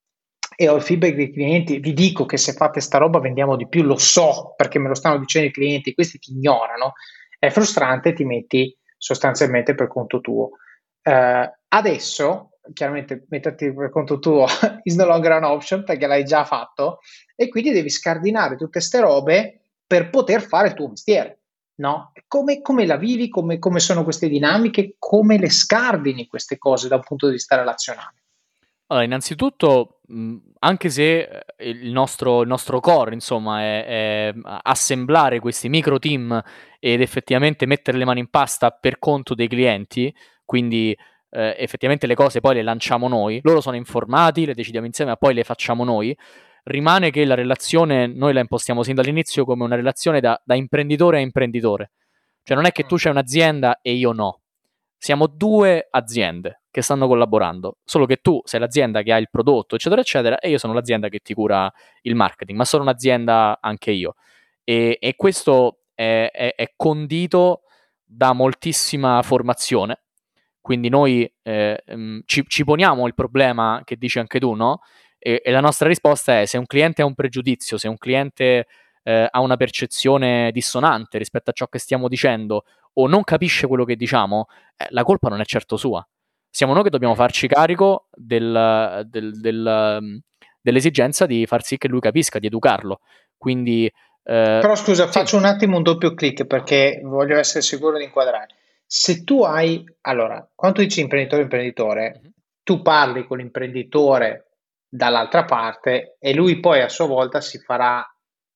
e ho il feedback dei clienti, vi dico che se fate sta roba vendiamo di più, lo so perché me lo stanno dicendo i clienti, questi ti ignorano, è frustrante, ti metti sostanzialmente per conto tuo. Uh, adesso, chiaramente metterti per conto tuo is no longer an option perché l'hai già fatto e quindi devi scardinare tutte ste robe per poter fare il tuo mestiere. No? Come, come la vivi, come, come sono queste dinamiche, come le scardini queste cose da un punto di vista relazionale? Allora, innanzitutto, mh, anche se il nostro, il nostro core, insomma, è, è assemblare questi micro team ed effettivamente mettere le mani in pasta per conto dei clienti, quindi eh, effettivamente le cose poi le lanciamo noi, loro sono informati, le decidiamo insieme, ma poi le facciamo noi, rimane che la relazione noi la impostiamo sin dall'inizio come una relazione da, da imprenditore a imprenditore. Cioè non è che tu c'hai un'azienda e io no. Siamo due aziende che stanno collaborando, solo che tu sei l'azienda che ha il prodotto, eccetera, eccetera, e io sono l'azienda che ti cura il marketing, ma sono un'azienda anche io. E, e questo è, è, è condito da moltissima formazione. Quindi noi eh, ci, ci poniamo il problema che dici anche tu, no? E, e la nostra risposta è: se un cliente ha un pregiudizio, se un cliente eh, ha una percezione dissonante rispetto a ciò che stiamo dicendo o non capisce quello che diciamo, eh, la colpa non è certo sua. Siamo noi che dobbiamo farci carico del, del, del, dell'esigenza di far sì che lui capisca, di educarlo. Quindi, eh, però scusa, sì. faccio un attimo un doppio clic perché voglio essere sicuro di inquadrare. Se tu hai, allora, quando tu dici imprenditore imprenditore, uh-huh. tu parli con l'imprenditore dall'altra parte e lui poi a sua volta si farà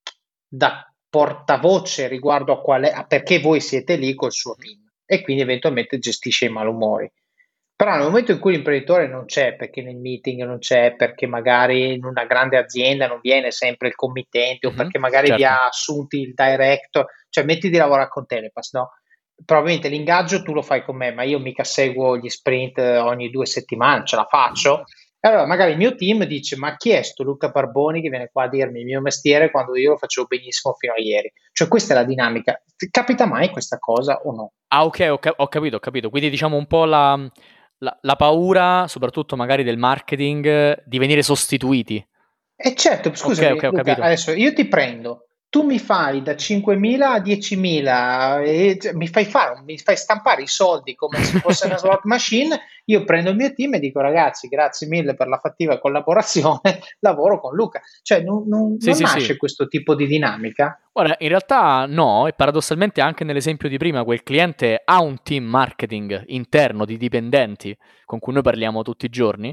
da portavoce riguardo a qual è, a perché voi siete lì col suo team e quindi eventualmente gestisce i malumori. Però nel momento in cui l'imprenditore non c'è, perché nel meeting non c'è, perché magari in una grande azienda non viene sempre il committente o mm-hmm, perché magari certo. vi ha assunti il director, cioè metti di lavorare con Telepass, no? Probabilmente l'ingaggio tu lo fai con me, ma io mica seguo gli sprint ogni due settimane, ce la faccio. Allora magari il mio team dice: ma chi è sto Luca Barboni che viene qua a dirmi il mio mestiere quando io lo facevo benissimo fino a ieri? Cioè questa è la dinamica. Capita mai questa cosa o no? Ah, ok, ho, cap- ho capito, ho capito. Quindi diciamo un po' la, la, la paura, soprattutto magari del marketing, di venire sostituiti. E certo, scusami, okay, okay, Luca, adesso io ti prendo, tu mi fai da cinquemila a diecimila e mi fai fare, mi fai stampare i soldi come se fosse una slot machine, io prendo il mio team e dico ragazzi grazie mille per la fattiva collaborazione, lavoro con Luca. Cioè non, non, Sì, non sì, nasce sì. questo tipo di dinamica? Ora, in realtà no, e paradossalmente anche nell'esempio di prima, quel cliente ha un team marketing interno di dipendenti con cui noi parliamo tutti i giorni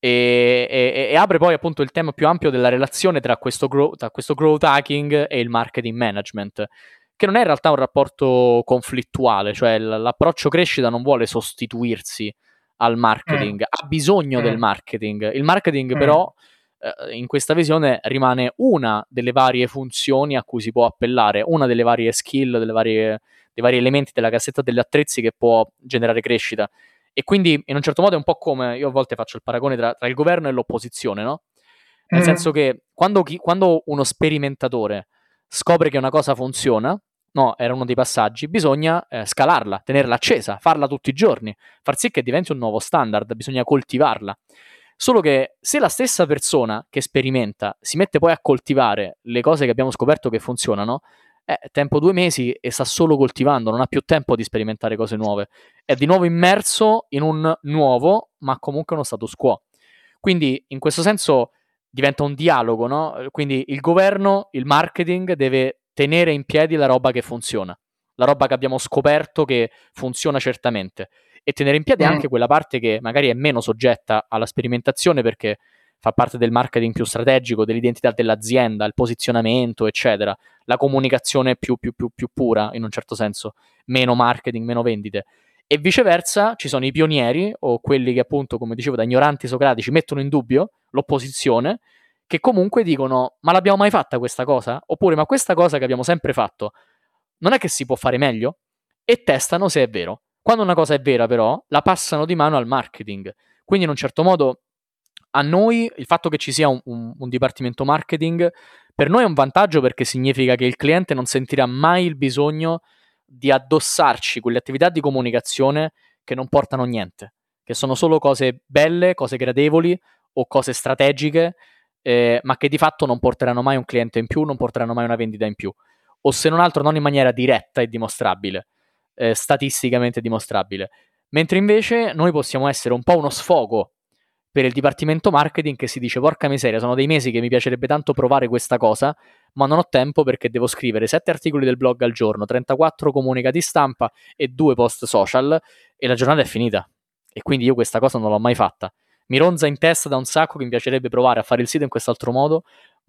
e, e- e apre poi appunto il tema più ampio della relazione tra questo, grow, tra questo growth hacking e il marketing management, che non è in realtà un rapporto conflittuale, cioè l- l'approccio crescita non vuole sostituirsi al marketing, Mm. ha bisogno Mm. del marketing. Il marketing Mm. però eh, in questa visione rimane una delle varie funzioni a cui si può appellare, una delle varie skill, delle varie, dei vari elementi della cassetta degli attrezzi che può generare crescita. E quindi in un certo modo è un po' come, io a volte faccio il paragone tra, tra il governo e l'opposizione, no? Nel Mm. senso che quando, chi, quando uno sperimentatore scopre che una cosa funziona, no, era uno dei passaggi, bisogna eh, scalarla, tenerla accesa, farla tutti i giorni, far sì che diventi un nuovo standard, bisogna coltivarla. Solo che se la stessa persona che sperimenta si mette poi a coltivare le cose che abbiamo scoperto che funzionano, eh, tempo due mesi e sta solo coltivando, non ha più tempo di sperimentare cose nuove. È di nuovo immerso in un nuovo, ma comunque uno status quo. Quindi in questo senso diventa un dialogo, no? Quindi il governo, il marketing deve tenere in piedi la roba che funziona, la roba che abbiamo scoperto che funziona certamente, e tenere in piedi Mm. anche quella parte che magari è meno soggetta alla sperimentazione perché fa parte del marketing più strategico, dell'identità dell'azienda, il posizionamento, eccetera, la comunicazione più, più, più, più pura in un certo senso, meno marketing, meno vendite. E viceversa ci sono i pionieri o quelli che appunto, come dicevo, da ignoranti socratici mettono in dubbio l'opposizione, che comunque dicono ma l'abbiamo mai fatta questa cosa? Oppure ma questa cosa che abbiamo sempre fatto non è che si può fare meglio? E testano se è vero. Quando una cosa è vera però la passano di mano al marketing, quindi in un certo modo a noi il fatto che ci sia un, un, un dipartimento marketing per noi è un vantaggio perché significa che il cliente non sentirà mai il bisogno di addossarci quelle attività di comunicazione che non portano niente, che sono solo cose belle, cose gradevoli o cose strategiche, eh, ma che di fatto non porteranno mai un cliente in più, non porteranno mai una vendita in più, o se non altro non in maniera diretta e dimostrabile, eh, statisticamente dimostrabile. Mentre invece noi possiamo essere un po' uno sfogo per il dipartimento marketing che si dice porca miseria, sono dei mesi che mi piacerebbe tanto provare questa cosa, ma non ho tempo perché devo scrivere sette articoli del blog al giorno, trentaquattro comunicati stampa e due post social e la giornata è finita. E quindi io questa cosa non l'ho mai fatta. Mi ronza in testa da un sacco che mi piacerebbe provare a fare il sito in quest'altro modo,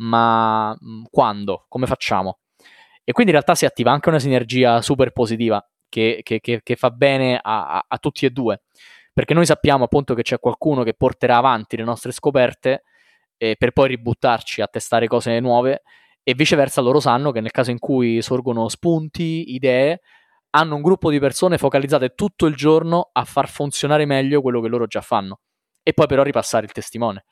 ma quando? Come facciamo? E quindi in realtà si attiva anche una sinergia super positiva che, che, che, che fa bene a, a, a tutti e due, perché noi sappiamo appunto che c'è qualcuno che porterà avanti le nostre scoperte eh, per poi ributtarci a testare cose nuove, e viceversa loro sanno che nel caso in cui sorgono spunti, idee, hanno un gruppo di persone focalizzate tutto il giorno a far funzionare meglio quello che loro già fanno e poi però ripassare il testimone.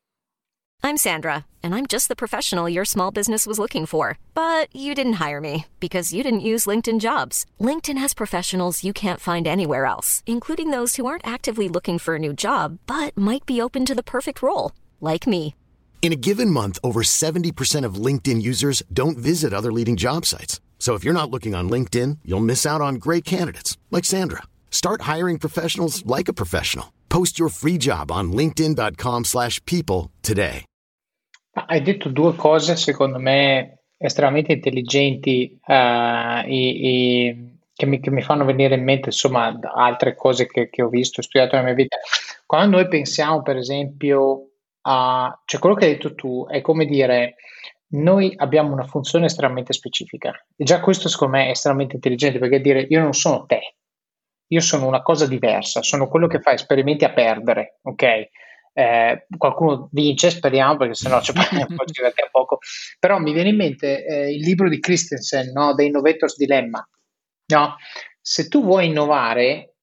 I'm Sandra, and I'm just the professional your small business was looking for. But you didn't hire me because you didn't use LinkedIn Jobs. LinkedIn has professionals you can't find anywhere else, including those who aren't actively looking for a new job, but might be open to the perfect role, like me. In a given month, over seventy percent of LinkedIn users don't visit other leading job sites. So if you're not looking on LinkedIn, you'll miss out on great candidates like Sandra. Start hiring professionals like a professional. Post your free job on linkedin.com slash people today. Hai detto due cose secondo me estremamente intelligenti uh, e, e che, mi, che mi fanno venire in mente insomma altre cose che, che ho visto e studiato nella mia vita. Quando noi pensiamo per esempio a, cioè quello che hai detto tu è come dire noi abbiamo una funzione estremamente specifica e già questo secondo me è estremamente intelligente, perché dire io non sono te, io sono una cosa diversa, sono quello che fa esperimenti a perdere, ok? Eh, qualcuno vince, speriamo, perché sennò ci diventa poco. Però mi viene in mente eh, il libro di Christensen, no? The Innovator's Dilemma, no? Se tu vuoi innovare,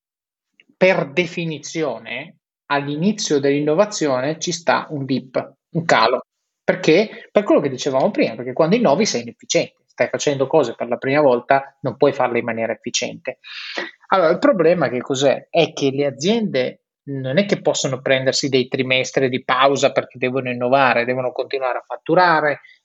per definizione all'inizio dell'innovazione ci sta un dip, un calo, perché per quello che dicevamo prima, perché quando innovi sei inefficiente, stai facendo cose per la prima volta, non puoi farle in maniera efficiente. Allora il problema che cos'è? È che le aziende non è che possono prendersi dei trimestri di pausa perché devono innovare, devono continuare a fatturare,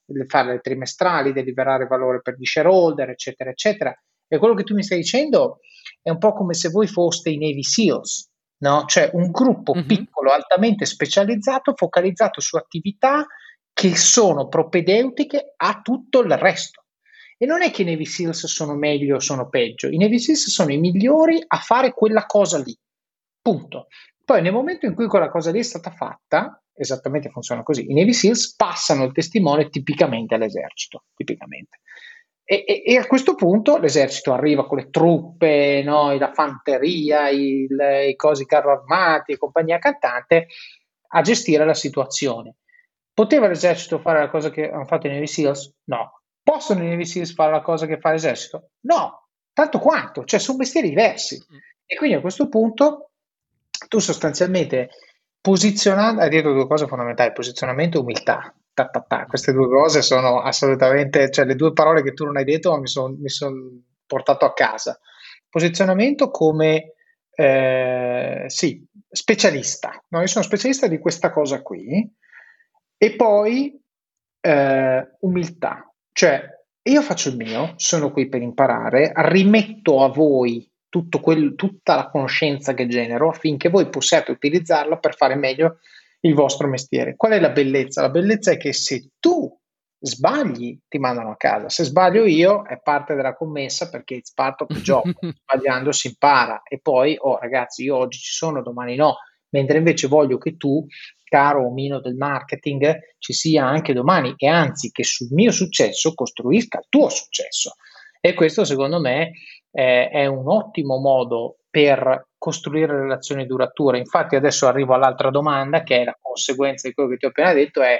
fare le trimestrali, deliberare valore per gli shareholder, eccetera, eccetera. E quello che tu mi stai dicendo è un po' come se voi foste i Navy SEALs, no? Cioè un gruppo mm-hmm. piccolo, altamente specializzato, focalizzato su attività che sono propedeutiche a tutto il resto. E non è che i Navy SEALs sono meglio o sono peggio, i Navy SEALs sono i migliori a fare quella cosa lì, punto. Poi nel momento in cui quella cosa lì è stata fatta, esattamente funziona così, i Navy SEALs passano il testimone tipicamente all'esercito, tipicamente. E, e, e a questo punto l'esercito arriva con le truppe, no, la fanteria, il, i cosi carro armati e compagnia cantante a gestire la situazione. Poteva l'esercito fare la cosa che hanno fatto i Navy SEALs? No. Possono i Navy SEALs fare la cosa che fa l'esercito? No. Tanto quanto, cioè sono mestieri diversi. E quindi a questo punto tu sostanzialmente posizionando, hai detto due cose fondamentali, posizionamento e umiltà. Ta, ta, ta. Queste due cose sono assolutamente, cioè le due parole che tu non hai detto ma mi sono mi son portato a casa. Posizionamento come eh, sì, specialista, no? Io sono specialista di questa cosa qui. E poi eh, umiltà, cioè io faccio il mio, sono qui per imparare, rimetto a voi tutto quel, tutta la conoscenza che genero affinché voi possiate utilizzarla per fare meglio il vostro mestiere. Qual è la bellezza? La bellezza è che se tu sbagli ti mandano a casa, se sbaglio io è parte della commessa perché it's part of the job, sbagliando si impara e poi, oh ragazzi, io oggi ci sono, domani no, mentre invece voglio che tu, caro omino del marketing, ci sia anche domani e anzi che sul mio successo costruisca il tuo successo. E questo secondo me eh, è un ottimo modo per costruire relazioni durature. Infatti adesso arrivo all'altra domanda che è la conseguenza di quello che ti ho appena detto, è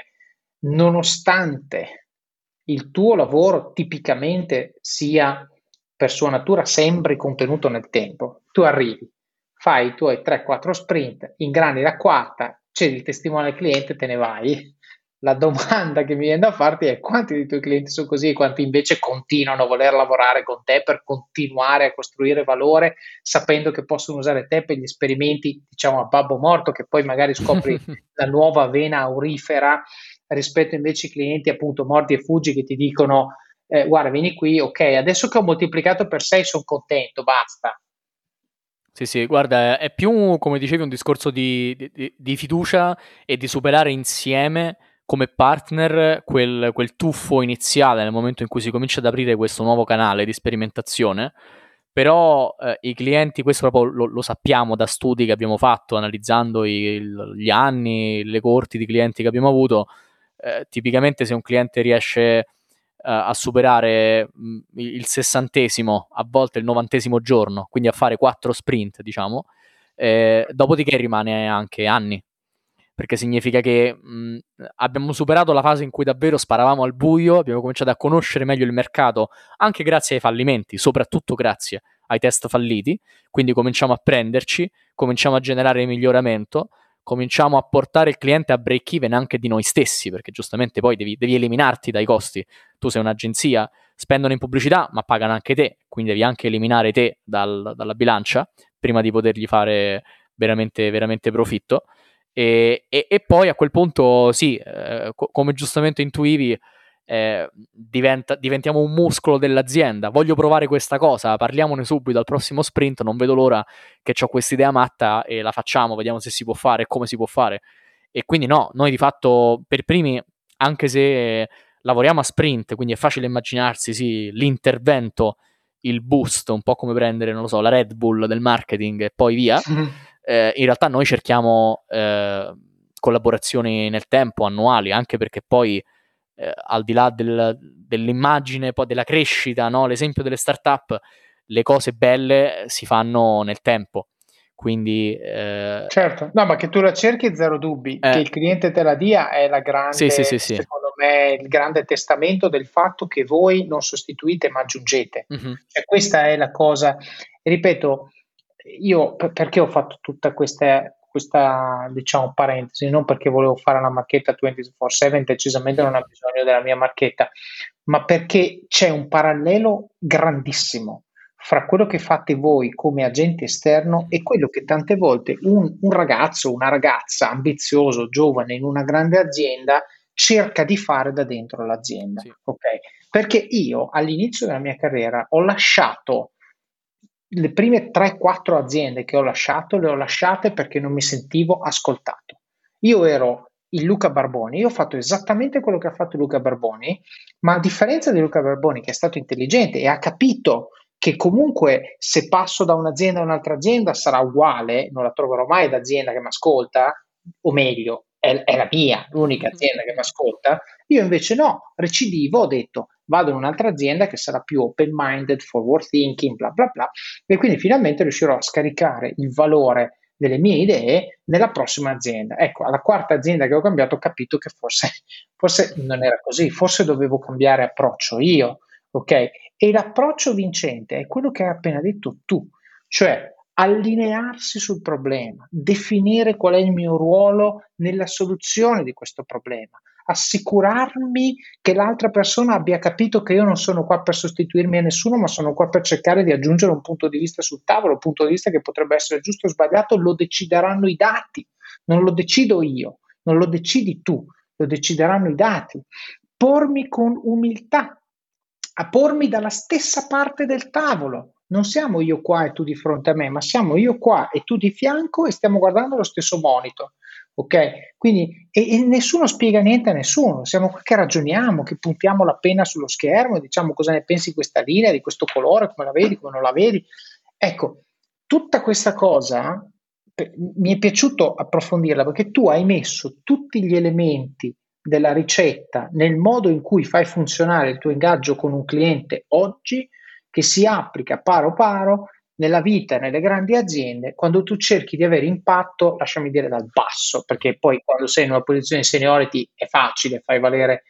nonostante il tuo lavoro tipicamente sia per sua natura sempre contenuto nel tempo, tu arrivi, fai i tuoi tre quattro sprint, ingrani la quarta, cedi il testimone al cliente e te ne vai. La domanda che mi viene da farti è quanti dei tuoi clienti sono così e quanti invece continuano a voler lavorare con te per continuare a costruire valore sapendo che possono usare te per gli esperimenti, diciamo a babbo morto, che poi magari scopri la nuova vena aurifera rispetto invece ai clienti appunto morti e fuggi che ti dicono eh, guarda vieni qui, ok, adesso che ho moltiplicato per sei sono contento, basta. Sì, sì, guarda, è più, come dicevi, un discorso di, di, di fiducia e di superare insieme come partner quel, quel tuffo iniziale nel momento in cui si comincia ad aprire questo nuovo canale di sperimentazione. Però eh, i clienti, questo proprio lo, lo sappiamo da studi che abbiamo fatto analizzando i, gli anni, le coorti di clienti che abbiamo avuto, eh, tipicamente se un cliente riesce a superare mh, il sessantesimo, a volte il novantesimo giorno, quindi a fare quattro sprint, diciamo, eh, dopodiché rimane anche anni, perché significa che mh, abbiamo superato la fase in cui davvero sparavamo al buio, abbiamo cominciato a conoscere meglio il mercato, anche grazie ai fallimenti, soprattutto grazie ai test falliti, quindi cominciamo a prenderci, cominciamo a generare miglioramento, cominciamo a portare il cliente a break even anche di noi stessi, perché giustamente poi devi, devi eliminarti dai costi. Tu sei un'agenzia, spendono in pubblicità, ma pagano anche te, quindi devi anche eliminare te dal, dalla bilancia prima di potergli fare veramente, veramente profitto. E, e, e poi a quel punto, sì, eh, co- come giustamente intuivi, eh, diventa, diventiamo un muscolo dell'azienda. Voglio provare questa cosa, parliamone subito al prossimo sprint, non vedo l'ora che ho questa idea matta e la facciamo, vediamo se si può fare e come si può fare. E quindi no, noi di fatto per primi, anche se lavoriamo a sprint, quindi è facile immaginarsi sì, l'intervento, il boost, un po' come prendere, non lo so, la Red Bull del marketing e poi via. eh, in realtà noi cerchiamo eh, collaborazioni nel tempo, annuali, anche perché poi Eh, al di là del, dell'immagine, poi della crescita, no? L'esempio delle startup, le cose belle si fanno nel tempo. Quindi eh, certo, no, ma che tu la cerchi zero dubbi, eh, che il cliente te la dia è la grande, sì, sì, sì, sì. secondo me, il grande testamento del fatto che voi non sostituite ma aggiungete. Mm-hmm. Cioè, questa è la cosa. E ripeto, io perché ho fatto tutta questa questa diciamo parentesi, non perché volevo fare una marchetta ventiquattro sette, decisamente non ha bisogno della mia marchetta, ma perché c'è un parallelo grandissimo fra quello che fate voi come agente esterno e quello che tante volte un, un ragazzo, una ragazza ambizioso, giovane in una grande azienda cerca di fare da dentro l'azienda. Sì. Ok? Perché io all'inizio della mia carriera ho lasciato le prime tre quattro aziende che ho lasciato, le ho lasciate perché non mi sentivo ascoltato. Io ero il Luca Barboni, io ho fatto esattamente quello che ha fatto Luca Barboni, ma a differenza di Luca Barboni, che è stato intelligente e ha capito che comunque se passo da un'azienda a un'altra azienda sarà uguale, non la troverò mai d'azienda che mi ascolta, o meglio, è, è la mia, l'unica azienda che mi ascolta. Io invece no, recidivo, ho detto vado in un'altra azienda che sarà più open-minded, forward thinking, bla bla bla, e quindi finalmente riuscirò a scaricare il valore delle mie idee nella prossima azienda. Ecco, alla quarta azienda che ho cambiato ho capito che forse, forse non era così, forse dovevo cambiare approccio io, ok? E l'approccio vincente è quello che hai appena detto tu, cioè allinearsi sul problema, definire qual è il mio ruolo nella soluzione di questo problema, assicurarmi che l'altra persona abbia capito che io non sono qua per sostituirmi a nessuno, ma sono qua per cercare di aggiungere un punto di vista sul tavolo, un punto di vista che potrebbe essere giusto o sbagliato, lo decideranno i dati, non lo decido io, non lo decidi tu, lo decideranno i dati. Pormi con umiltà, a pormi dalla stessa parte del tavolo. Non siamo io qua e tu di fronte a me, ma siamo io qua e tu di fianco e stiamo guardando lo stesso monitor. Ok? Quindi e, e nessuno spiega niente a nessuno, siamo qua che ragioniamo, che puntiamo la penna sullo schermo e diciamo cosa ne pensi di questa linea, di questo colore, come la vedi, come non la vedi. Ecco, tutta questa cosa per, mi è piaciuto approfondirla perché tu hai messo tutti gli elementi della ricetta nel modo in cui fai funzionare il tuo ingaggio con un cliente oggi, che si applica paro paro nella vita, nelle grandi aziende, quando tu cerchi di avere impatto, lasciami dire dal basso, perché poi quando sei in una posizione di seniority è facile, fai valere,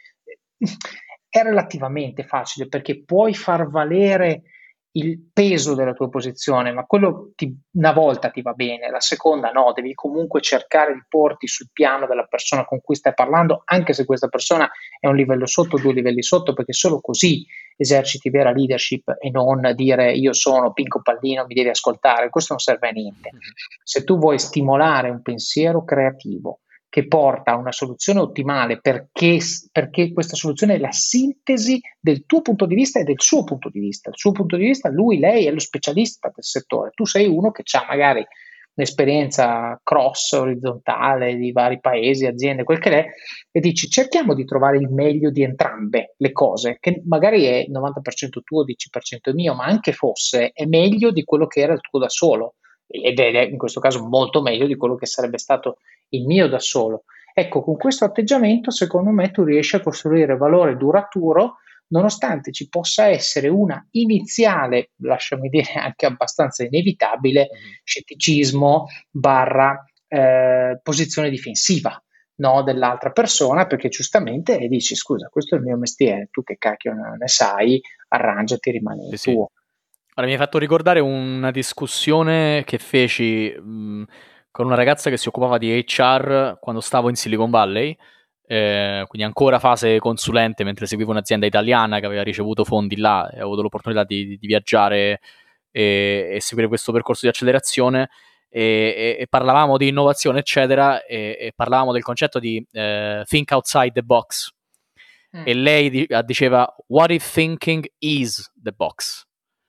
è relativamente facile perché puoi far valere il peso della tua posizione, ma quello ti, una volta ti va bene, la seconda no, devi comunque cercare di porti sul piano della persona con cui stai parlando, anche se questa persona è un livello sotto, due livelli sotto, perché solo così eserciti vera leadership e non dire io sono Pinco Pallino, mi devi ascoltare, questo non serve a niente. Se tu vuoi stimolare un pensiero creativo che porta a una soluzione ottimale perché, perché questa soluzione è la sintesi del tuo punto di vista e del suo punto di vista. Il suo punto di vista, lui, lei è lo specialista del settore, tu sei uno che ha magari un'esperienza cross, orizzontale di vari paesi, aziende, quel che è, e dici cerchiamo di trovare il meglio di entrambe le cose, che magari è novanta per cento tuo, dieci per cento mio, ma anche fosse è meglio di quello che era il tuo da solo, ed è in questo caso molto meglio di quello che sarebbe stato il mio da solo. Ecco, con questo atteggiamento secondo me tu riesci a costruire valore duraturo nonostante ci possa essere una iniziale, lasciami dire anche abbastanza inevitabile, scetticismo barra eh, posizione difensiva, no, dell'altra persona, perché giustamente dici scusa, questo è il mio mestiere, tu che cacchio ne sai, arrangiati, rimani il sì, tuo. Sì. Allora, mi hai fatto ricordare una discussione che feci mh, con una ragazza che si occupava di H R quando stavo in Silicon Valley, eh, quindi ancora fase consulente mentre seguivo un'azienda italiana che aveva ricevuto fondi là e ho avuto l'opportunità di, di viaggiare e, e seguire questo percorso di accelerazione e, e, e parlavamo di innovazione eccetera e, e parlavamo del concetto di eh, think outside the box mm. e lei di, diceva what if thinking is the box?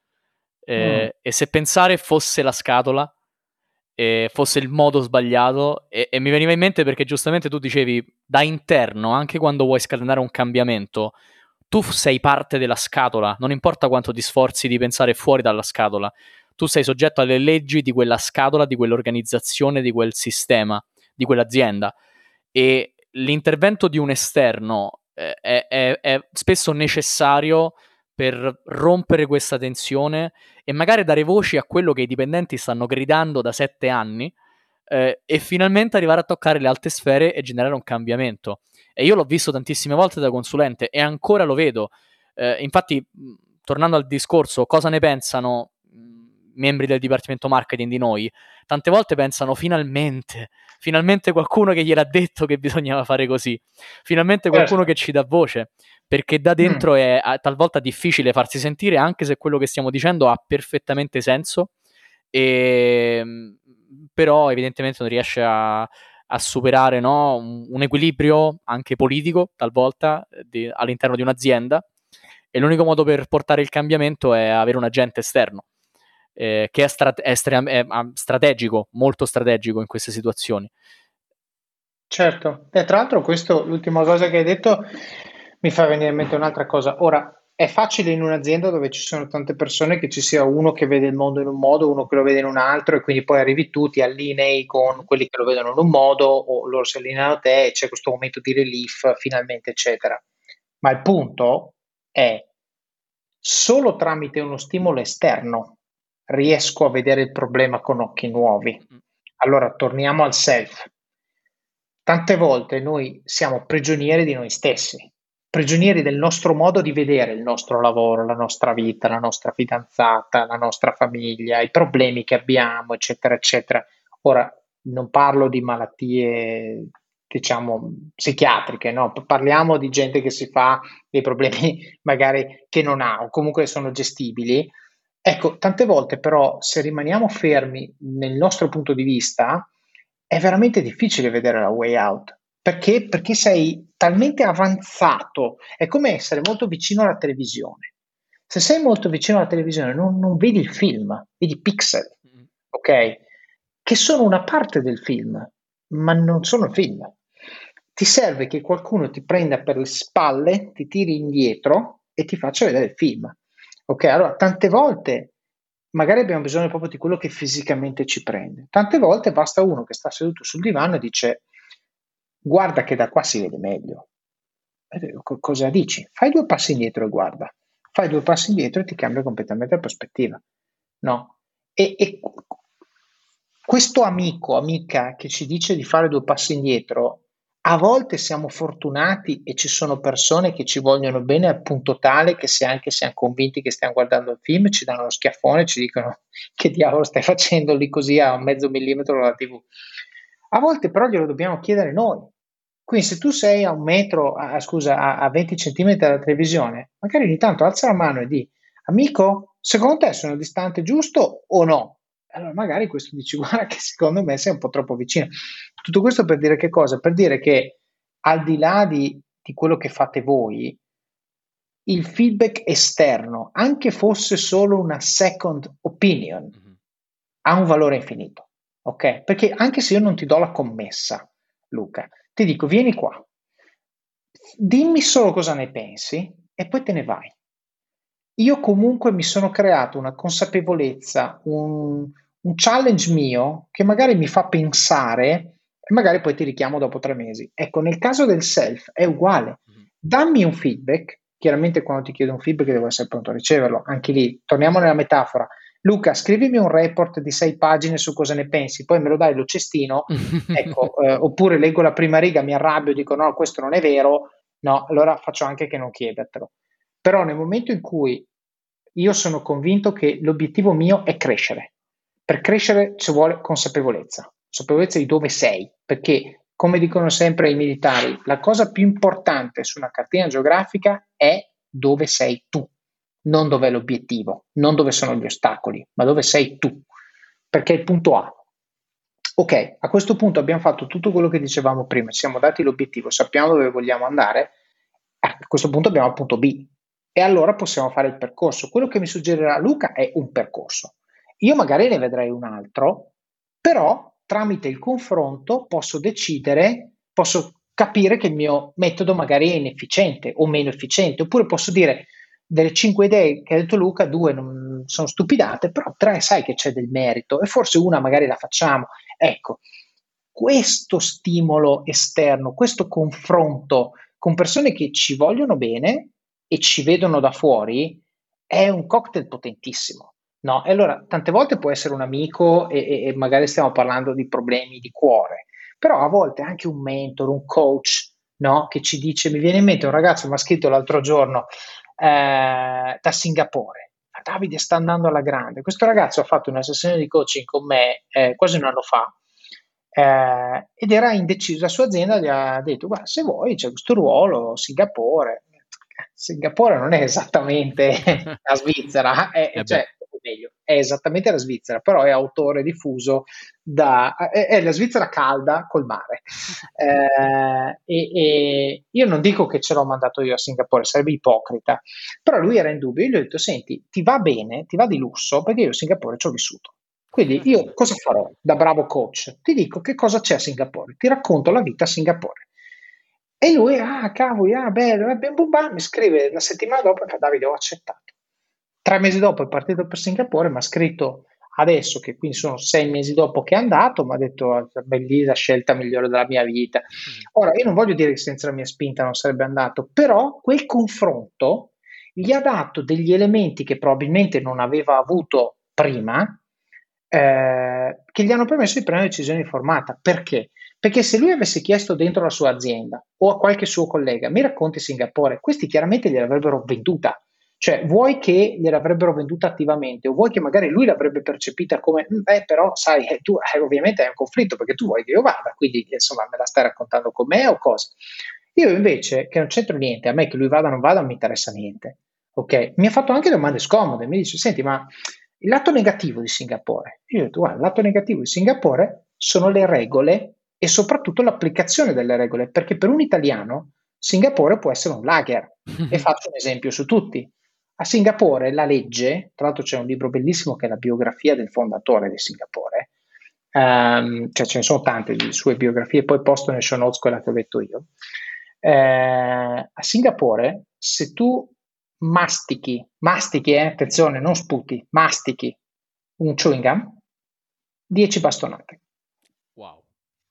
Eh, mm. E se pensare fosse la scatola, eh, fosse il modo sbagliato, e, e mi veniva in mente perché giustamente tu dicevi da interno, anche quando vuoi scatenare un cambiamento, tu sei parte della scatola, non importa quanto ti sforzi di pensare fuori dalla scatola, tu sei soggetto alle leggi di quella scatola, di quell'organizzazione, di quel sistema, di quell'azienda, e l'intervento di un esterno eh, è, è, è spesso necessario per rompere questa tensione e magari dare voci a quello che i dipendenti stanno gridando da sette anni eh, e finalmente arrivare a toccare le alte sfere e generare un cambiamento. E io l'ho visto tantissime volte da consulente e ancora lo vedo. Eh, infatti, tornando al discorso, cosa ne pensano mh, membri del Dipartimento Marketing di noi? Tante volte pensano finalmente, finalmente qualcuno che gliel'ha detto che bisognava fare così, finalmente qualcuno che ci dà voce. Perché da dentro mm. è talvolta difficile farsi sentire, anche se quello che stiamo dicendo ha perfettamente senso, e, però evidentemente non riesce a, a superare, no, un, un equilibrio anche politico talvolta di, all'interno di un'azienda, e l'unico modo per portare il cambiamento è avere un agente esterno eh, che è, strate- è, stra- è strategico, molto strategico in queste situazioni. Certo, e tra l'altro questo, l'ultima cosa che hai detto mi fa venire in mente un'altra cosa. Ora, è facile in un'azienda dove ci sono tante persone che ci sia uno che vede il mondo in un modo, uno che lo vede in un altro, e quindi poi arrivi tu, ti allinei con quelli che lo vedono in un modo, o loro si allineano a te e c'è questo momento di relief finalmente, eccetera. Ma il punto è, solo tramite uno stimolo esterno riesco a vedere il problema con occhi nuovi. Allora, torniamo al self. Tante volte noi siamo prigionieri di noi stessi, prigionieri del nostro modo di vedere il nostro lavoro, la nostra vita, la nostra fidanzata, la nostra famiglia, i problemi che abbiamo, eccetera, eccetera. Ora, non parlo di malattie, diciamo, psichiatriche, no? Parliamo di gente che si fa dei problemi magari che non ha o comunque sono gestibili. Ecco, tante volte però, se rimaniamo fermi nel nostro punto di vista, è veramente difficile vedere la way out. Perché? Perché sei talmente avanzato, è come essere molto vicino alla televisione. Se sei molto vicino alla televisione non, non vedi il film, vedi pixel, ok? Che sono una parte del film, ma non sono il film. Ti serve che qualcuno ti prenda per le spalle, ti tiri indietro e ti faccia vedere il film. Ok, allora tante volte magari abbiamo bisogno proprio di quello che fisicamente ci prende. Tante volte basta uno che sta seduto sul divano e dice: guarda che da qua si vede meglio. Cosa dici? Fai due passi indietro e guarda. Fai due passi indietro e ti cambia completamente la prospettiva. No? E, e questo amico, amica che ci dice di fare due passi indietro, a volte siamo fortunati e ci sono persone che ci vogliono bene al punto tale che se anche siamo convinti che stiamo guardando il film ci danno lo schiaffone e ci dicono: che diavolo stai facendo lì così a mezzo millimetro dalla tivù. A volte però glielo dobbiamo chiedere noi. Quindi se tu sei a un metro, a, scusa, a, a venti centimetri dalla televisione, magari ogni tanto alza la mano e di: amico, secondo te sono distante giusto o no? Allora magari questo dici: guarda che secondo me sei un po' troppo vicino. Tutto questo per dire che cosa? Per dire che al di là di, di quello che fate voi, il feedback esterno, anche fosse solo una second opinion, mm-hmm. ha un valore infinito, ok? Perché anche se io non ti do la commessa, Luca, ti dico: vieni qua, dimmi solo cosa ne pensi e poi te ne vai. Io comunque mi sono creato una consapevolezza, un, un challenge mio che magari mi fa pensare e magari poi ti richiamo dopo tre mesi. Ecco, nel caso del self è uguale. Dammi un feedback, chiaramente quando ti chiedo un feedback devo essere pronto a riceverlo, anche lì, torniamo nella metafora. Luca, scrivimi un report di sei pagine su cosa ne pensi, poi me lo dai, lo cestino, ecco, eh, oppure leggo la prima riga, mi arrabbio, dico no, questo non è vero, no, allora faccio anche che non chiedertelo. Però nel momento in cui io sono convinto che l'obiettivo mio è crescere, per crescere ci vuole consapevolezza, consapevolezza di dove sei, perché come dicono sempre i militari, la cosa più importante su una cartina geografica è dove sei tu, non dove è l'obiettivo, non dove sono gli ostacoli, ma dove sei tu, perché è il punto A. Ok, a questo punto abbiamo fatto tutto quello che dicevamo prima, ci siamo dati l'obiettivo, sappiamo dove vogliamo andare, a questo punto abbiamo il punto B e allora possiamo fare il percorso. Quello che mi suggerirà Luca è un percorso, io magari ne vedrei un altro, però tramite il confronto posso decidere, posso capire che il mio metodo magari è inefficiente o meno efficiente, oppure posso dire: delle cinque idee che ha detto Luca, due non sono stupidate, però tre sai che c'è del merito e forse una magari la facciamo. Ecco, questo stimolo esterno, questo confronto con persone che ci vogliono bene e ci vedono da fuori è un cocktail potentissimo. No, e allora tante volte può essere un amico e, e magari stiamo parlando di problemi di cuore, però a volte anche un mentor, un coach, no? Che ci dice: mi viene in mente un ragazzo mi ha scritto l'altro giorno eh, da Singapore: Davide, sta andando alla grande. Questo ragazzo ha fatto una sessione di coaching con me eh, quasi un anno fa eh, ed era indeciso. La sua azienda gli ha detto: guarda, se vuoi c'è questo ruolo, Singapore. Singapore non è esattamente la Svizzera, è, è cioè, o meglio, è esattamente la Svizzera, però è autore diffuso da... è, è la Svizzera calda col mare. Eh, e, e io non dico che ce l'ho mandato io a Singapore, sarebbe ipocrita, però lui era in dubbio, io gli ho detto, senti, ti va bene, ti va di lusso, perché io a Singapore ci ho vissuto. Quindi io cosa farò da bravo coach? Ti dico che cosa c'è a Singapore, ti racconto la vita a Singapore. E lui, ah, cavoli, ah, bello, bam, bam, bam, mi scrive la settimana dopo e fa, Davide, ho accettato. Tre mesi dopo è partito per Singapore, mi ha scritto adesso, che quindi sono sei mesi dopo che è andato, mi ha detto, bellissima, la scelta migliore della mia vita. Ora, io non voglio dire che senza la mia spinta non sarebbe andato, però quel confronto gli ha dato degli elementi che probabilmente non aveva avuto prima, eh, che gli hanno permesso di prendere decisioni informate. Perché? Perché se lui avesse chiesto dentro la sua azienda o a qualche suo collega, mi racconti Singapore, questi chiaramente gliel'avrebbero venduta. Cioè, vuoi che gliel'avrebbero venduta attivamente o vuoi che magari lui l'avrebbe percepita come, eh, però sai, eh, tu eh, ovviamente hai un conflitto perché tu vuoi che io vada, quindi insomma me la stai raccontando con me o cosa. Io invece, che non c'entro niente, a me che lui vada o non vada non mi interessa niente, ok? Mi ha fatto anche domande scomode, mi dice, senti, ma il lato negativo di Singapore? Io ho detto, guarda, il lato negativo di Singapore sono le regole e soprattutto l'applicazione delle regole, perché per un italiano Singapore può essere un lager. E faccio un esempio su tutti. A Singapore la legge, tra l'altro c'è un libro bellissimo che è la biografia del fondatore di Singapore, um, cioè ce ne sono tante di sue biografie, poi posto nel show notes quella che ho detto io. Eh, a Singapore, se tu mastichi, mastichi, eh, attenzione, non sputi, mastichi un chewing gum, dieci bastonate. Wow.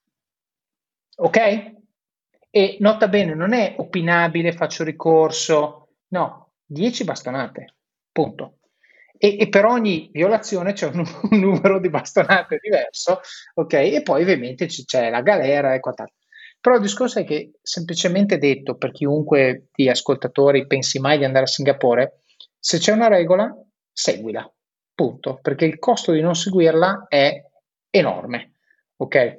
Ok? E nota bene, non è opinabile, faccio ricorso, no, dieci bastonate, punto. E, e per ogni violazione c'è un, un numero di bastonate diverso, ok? E poi ovviamente c- c'è la galera e quant'altro. Però il discorso è che semplicemente detto, per chiunque di ascoltatori pensi mai di andare a Singapore, se c'è una regola, seguila, punto, perché il costo di non seguirla è enorme, ok?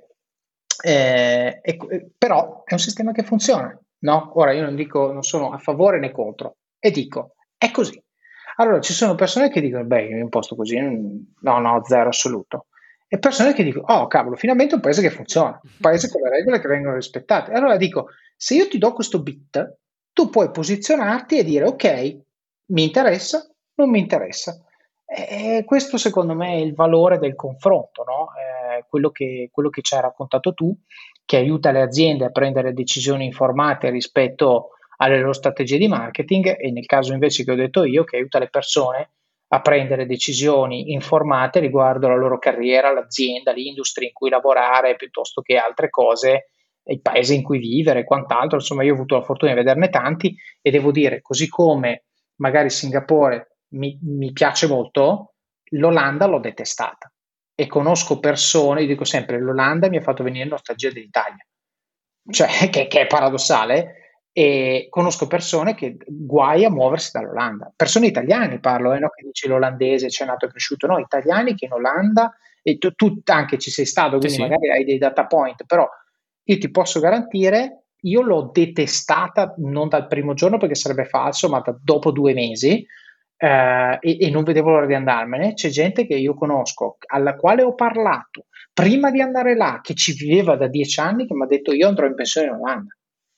Eh, e, però è un sistema che funziona, no? Ora io non dico, non sono a favore né contro, e dico, è così. Allora ci sono persone che dicono, beh, io mi imposto così, no, no, zero assoluto. E persone che dicono, oh cavolo, finalmente un paese che funziona, un paese con le regole che vengono rispettate. Allora dico, se io ti do questo bit, tu puoi posizionarti e dire, ok, mi interessa, non mi interessa. E questo secondo me è il valore del confronto, no? Eh, quello che, quello che ci hai raccontato tu, che aiuta le aziende a prendere decisioni informate rispetto alle loro strategie di marketing, e nel caso invece che ho detto io, che aiuta le persone a prendere decisioni informate riguardo la loro carriera, l'azienda, l'industria in cui lavorare, piuttosto che altre cose, il paese in cui vivere e quant'altro. Insomma, io ho avuto la fortuna di vederne tanti e devo dire, così come magari Singapore mi, mi piace molto, l'Olanda l'ho detestata e conosco persone, io dico sempre, l'Olanda mi ha fatto venire nostalgia dell'Italia, cioè che, che è paradossale, e conosco persone che guai a muoversi dall'Olanda, persone italiane parlo, eh, no? Che dici l'olandese c'è nato e cresciuto, no, italiani che in Olanda, e tu, tu anche ci sei stato, quindi sì, magari sì. hai dei data point, però io ti posso garantire, io l'ho detestata non dal primo giorno perché sarebbe falso, ma da, dopo due mesi, eh, e, e non vedevo l'ora di andarmene. C'è gente che io conosco, alla quale ho parlato prima di andare là, che ci viveva da dieci anni, che mi ha detto io andrò in pensione in Olanda.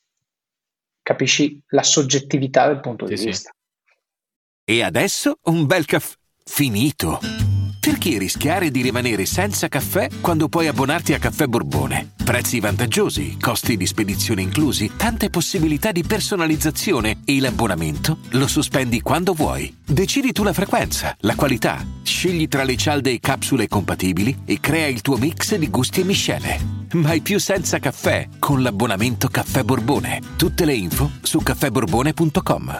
Capisci la soggettività del punto Sì, di sì. vista. E adesso un bel caffè finito. Perché rischiare di rimanere senza caffè quando puoi abbonarti a Caffè Borbone? Prezzi vantaggiosi, costi di spedizione inclusi, tante possibilità di personalizzazione e l'abbonamento lo sospendi quando vuoi. Decidi tu la frequenza, la qualità, scegli tra le cialde e capsule compatibili e crea il tuo mix di gusti e miscele. Mai più senza caffè con l'abbonamento Caffè Borbone. Tutte le info su caffè borbone punto com.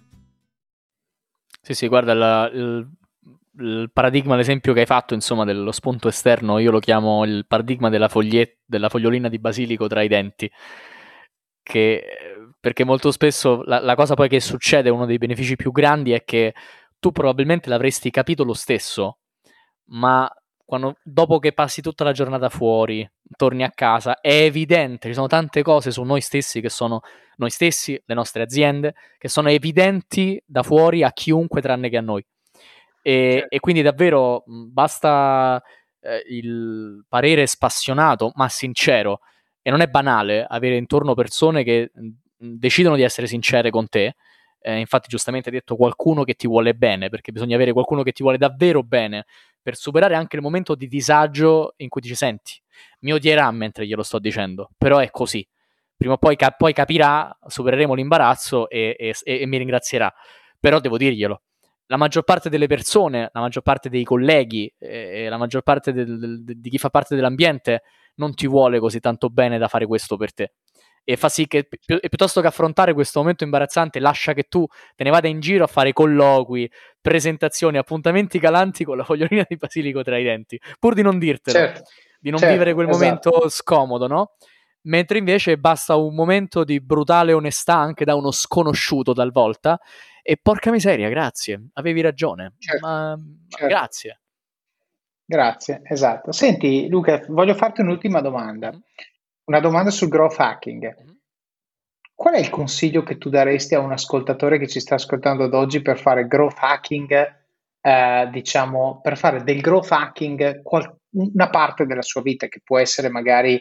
Sì, sì, guarda, la, il, il paradigma, l'esempio che hai fatto, insomma, dello spunto esterno, io lo chiamo il paradigma della, fogliet- della fogliolina di basilico tra i denti, che, perché molto spesso la, la cosa poi che succede, uno dei benefici più grandi, è che tu probabilmente l'avresti capito lo stesso, ma quando, dopo che passi tutta la giornata fuori, torni a casa, è evidente, ci sono tante cose su noi stessi che sono noi stessi, le nostre aziende, che sono evidenti da fuori a chiunque tranne che a noi. E, certo. e quindi davvero mh, basta eh, il parere spassionato ma sincero, e non è banale avere intorno persone che mh, decidono di essere sincere con te. Eh, infatti giustamente hai detto qualcuno che ti vuole bene, perché bisogna avere qualcuno che ti vuole davvero bene per superare anche il momento di disagio in cui dici senti, mi odierà mentre glielo sto dicendo, però è così, prima o poi, cap- poi capirà, supereremo l'imbarazzo e, e, e mi ringrazierà, però devo dirglielo. La maggior parte delle persone, la maggior parte dei colleghi e la maggior parte del, del, di chi fa parte dell'ambiente non ti vuole così tanto bene da fare questo per te, e fa sì che pi- piuttosto che affrontare questo momento imbarazzante lascia che tu te ne vada in giro a fare colloqui, presentazioni, appuntamenti galanti con la fogliolina di basilico tra i denti, pur di non dirtelo, Certo, di non certo, vivere quel esatto. momento scomodo, no? Mentre invece basta un momento di brutale onestà anche da uno sconosciuto talvolta e porca miseria, grazie, avevi ragione, Certo, ma, ma certo. grazie. Grazie, esatto. Senti, Luca, voglio farti un'ultima domanda. Mhm. Una domanda sul growth hacking. Mhm. Qual è il consiglio che tu daresti a un ascoltatore che ci sta ascoltando ad oggi per fare growth hacking, eh, diciamo, per fare del growth hacking qual- una parte della sua vita, che può essere magari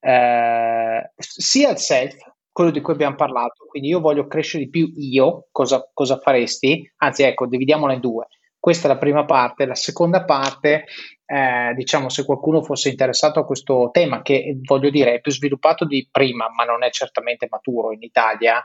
eh, sia il self, quello di cui abbiamo parlato, quindi io voglio crescere di più io, cosa, cosa faresti? Anzi, ecco, dividiamola in due. Questa è la prima parte. La seconda parte, eh, diciamo, se qualcuno fosse interessato a questo tema, che voglio dire è più sviluppato di prima, ma non è certamente maturo in Italia,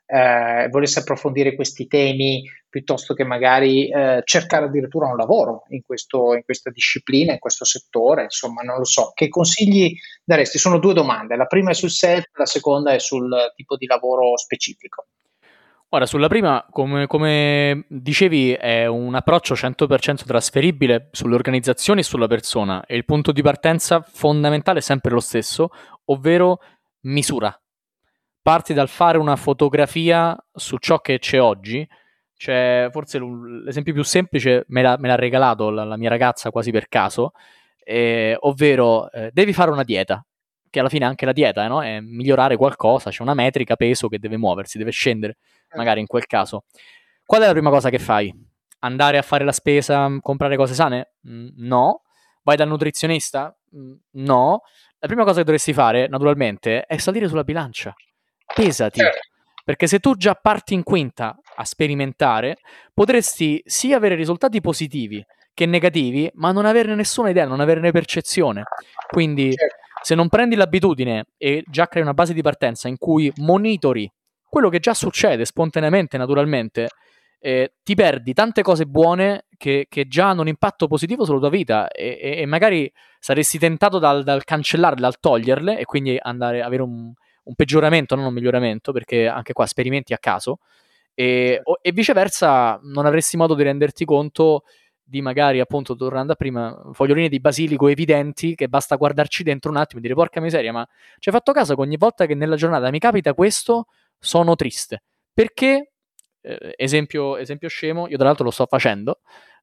eh, volesse approfondire questi temi piuttosto che magari eh, cercare addirittura un lavoro in, questo, in questa disciplina, in questo settore, insomma, non lo so. Che consigli daresti? Sono due domande. La prima è sul self, la seconda è sul tipo di lavoro specifico. Ora, sulla prima, come, come dicevi, è un approccio cento per cento trasferibile sulle organizzazioni e sulla persona, e il punto di partenza fondamentale è sempre lo stesso, ovvero misura. Parti dal fare una fotografia su ciò che c'è oggi. Cioè, forse l'esempio più semplice me l'ha, me l'ha regalato la, la mia ragazza quasi per caso, eh, ovvero eh, devi fare una dieta, che alla fine anche la dieta eh, no? È migliorare qualcosa, c'è una metrica peso che deve muoversi, deve scendere, magari in quel caso. Qual è la prima cosa che fai? Andare a fare la spesa, comprare cose sane? Mm, no. Vai dal nutrizionista? Mm, no. La prima cosa che dovresti fare, naturalmente, è salire sulla bilancia. Pesati. Certo. Perché se tu già parti in quinta a sperimentare, potresti sì avere risultati positivi che negativi, ma non averne nessuna idea, non averne percezione. Quindi, Certo. se non prendi l'abitudine e già crei una base di partenza in cui monitori quello che già succede spontaneamente, naturalmente, eh, ti perdi tante cose buone che, che già hanno un impatto positivo sulla tua vita, e, e, e magari saresti tentato dal, dal cancellarle, dal toglierle, e quindi andare avere un, un peggioramento, non un miglioramento, perché anche qua sperimenti a caso, e, Certo. o, e viceversa non avresti modo di renderti conto di magari, appunto, tornando a prima, foglioline di basilico evidenti che basta guardarci dentro un attimo e dire porca miseria, ma ci hai fatto caso che ogni volta che nella giornata mi capita questo sono triste? Perché, eh, esempio, esempio scemo, io tra l'altro lo sto facendo,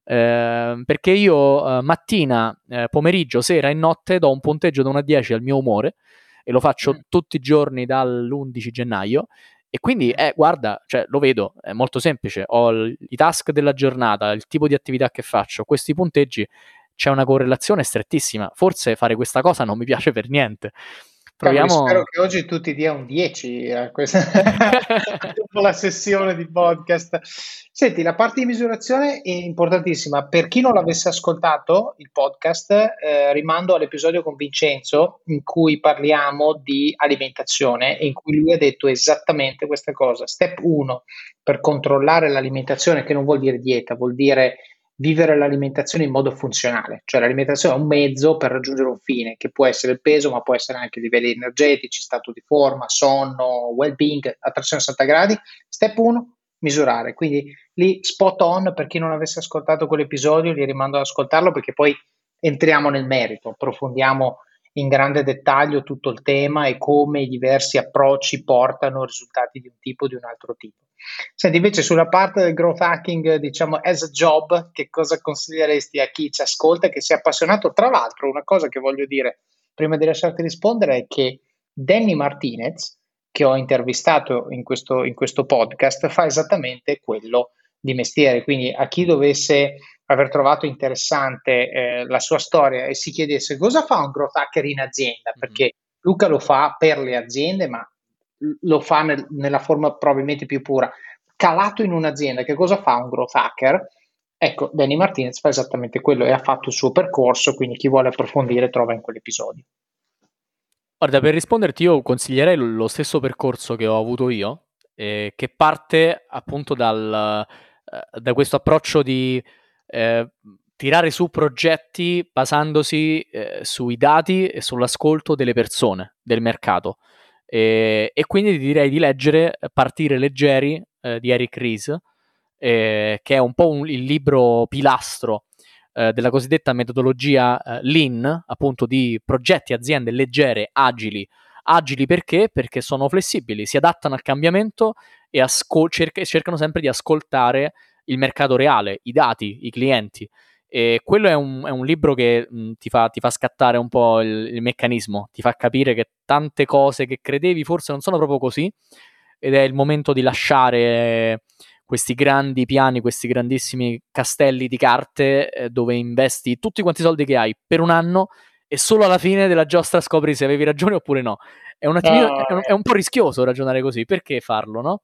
eh, perché io eh, mattina, eh, pomeriggio, sera e notte do un punteggio da uno a dieci al mio umore, e lo faccio Mm. tutti i giorni dall'undici gennaio. E quindi, eh, guarda, cioè, lo vedo, è molto semplice. Ho l- i task della giornata, il tipo di attività che faccio, questi punteggi, c'è una correlazione strettissima. Forse fare questa cosa non mi piace per niente. Cavoli, spero Proviamo. che oggi tu ti dia un dieci a questa... dopo la sessione di podcast. Senti, la parte di misurazione è importantissima. Per chi non l'avesse ascoltato, il podcast, eh, rimando all'episodio con Vincenzo in cui parliamo di alimentazione e in cui lui ha detto esattamente questa cosa. Step uno, per controllare l'alimentazione, che non vuol dire dieta, vuol dire vivere l'alimentazione in modo funzionale, cioè l'alimentazione è un mezzo per raggiungere un fine, che può essere il peso, ma può essere anche livelli energetici, stato di forma, sonno, well-being a trecentosessanta gradi. Step uno, misurare. Quindi lì spot on, per chi non avesse ascoltato quell'episodio, li rimando ad ascoltarlo, perché poi entriamo nel merito, approfondiamo in grande dettaglio tutto il tema e come i diversi approcci portano risultati di un tipo o di un altro tipo. Senti, invece sulla parte del growth hacking, diciamo as a job, che cosa consiglieresti a chi ci ascolta, che sia appassionato? Tra l'altro, una cosa che voglio dire prima di lasciarti rispondere è che Danny Martinez, che ho intervistato in questo, in questo podcast, fa esattamente quello di mestiere. Quindi a chi dovesse aver trovato interessante eh, la sua storia e si chiedesse cosa fa un growth hacker in azienda, mm-hmm. perché Luca lo fa per le aziende, ma lo fa nel, nella forma probabilmente più pura. Calato in un'azienda, che cosa fa un growth hacker? Ecco, Danny Martinez fa esattamente quello e ha fatto il suo percorso, quindi chi vuole approfondire trova in quell'episodio. Guarda, per risponderti io consiglierei lo stesso percorso che ho avuto io, eh, che parte appunto dal, eh, da questo approccio di eh, tirare su progetti basandosi eh, sui dati e sull'ascolto delle persone, del mercato. E, e quindi direi di leggere Partire leggeri eh, di Eric Ries, eh, che è un po' un, il libro pilastro eh, della cosiddetta metodologia eh, Lean, appunto di progetti, aziende leggere, agili. Agili perché? Perché sono flessibili, si adattano al cambiamento e ascol- cerc- cercano sempre di ascoltare il mercato reale, i dati, i clienti. E quello è un, è un libro che mh, ti, fa, ti fa scattare un po' il, il meccanismo, ti fa capire che tante cose che credevi forse non sono proprio così, ed è il momento di lasciare questi grandi piani, questi grandissimi castelli di carte eh, dove investi tutti quanti i soldi che hai per un anno e solo alla fine della giostra scopri se avevi ragione oppure no. È un, attimino, no, è un, è un po' rischioso ragionare così, perché farlo, no?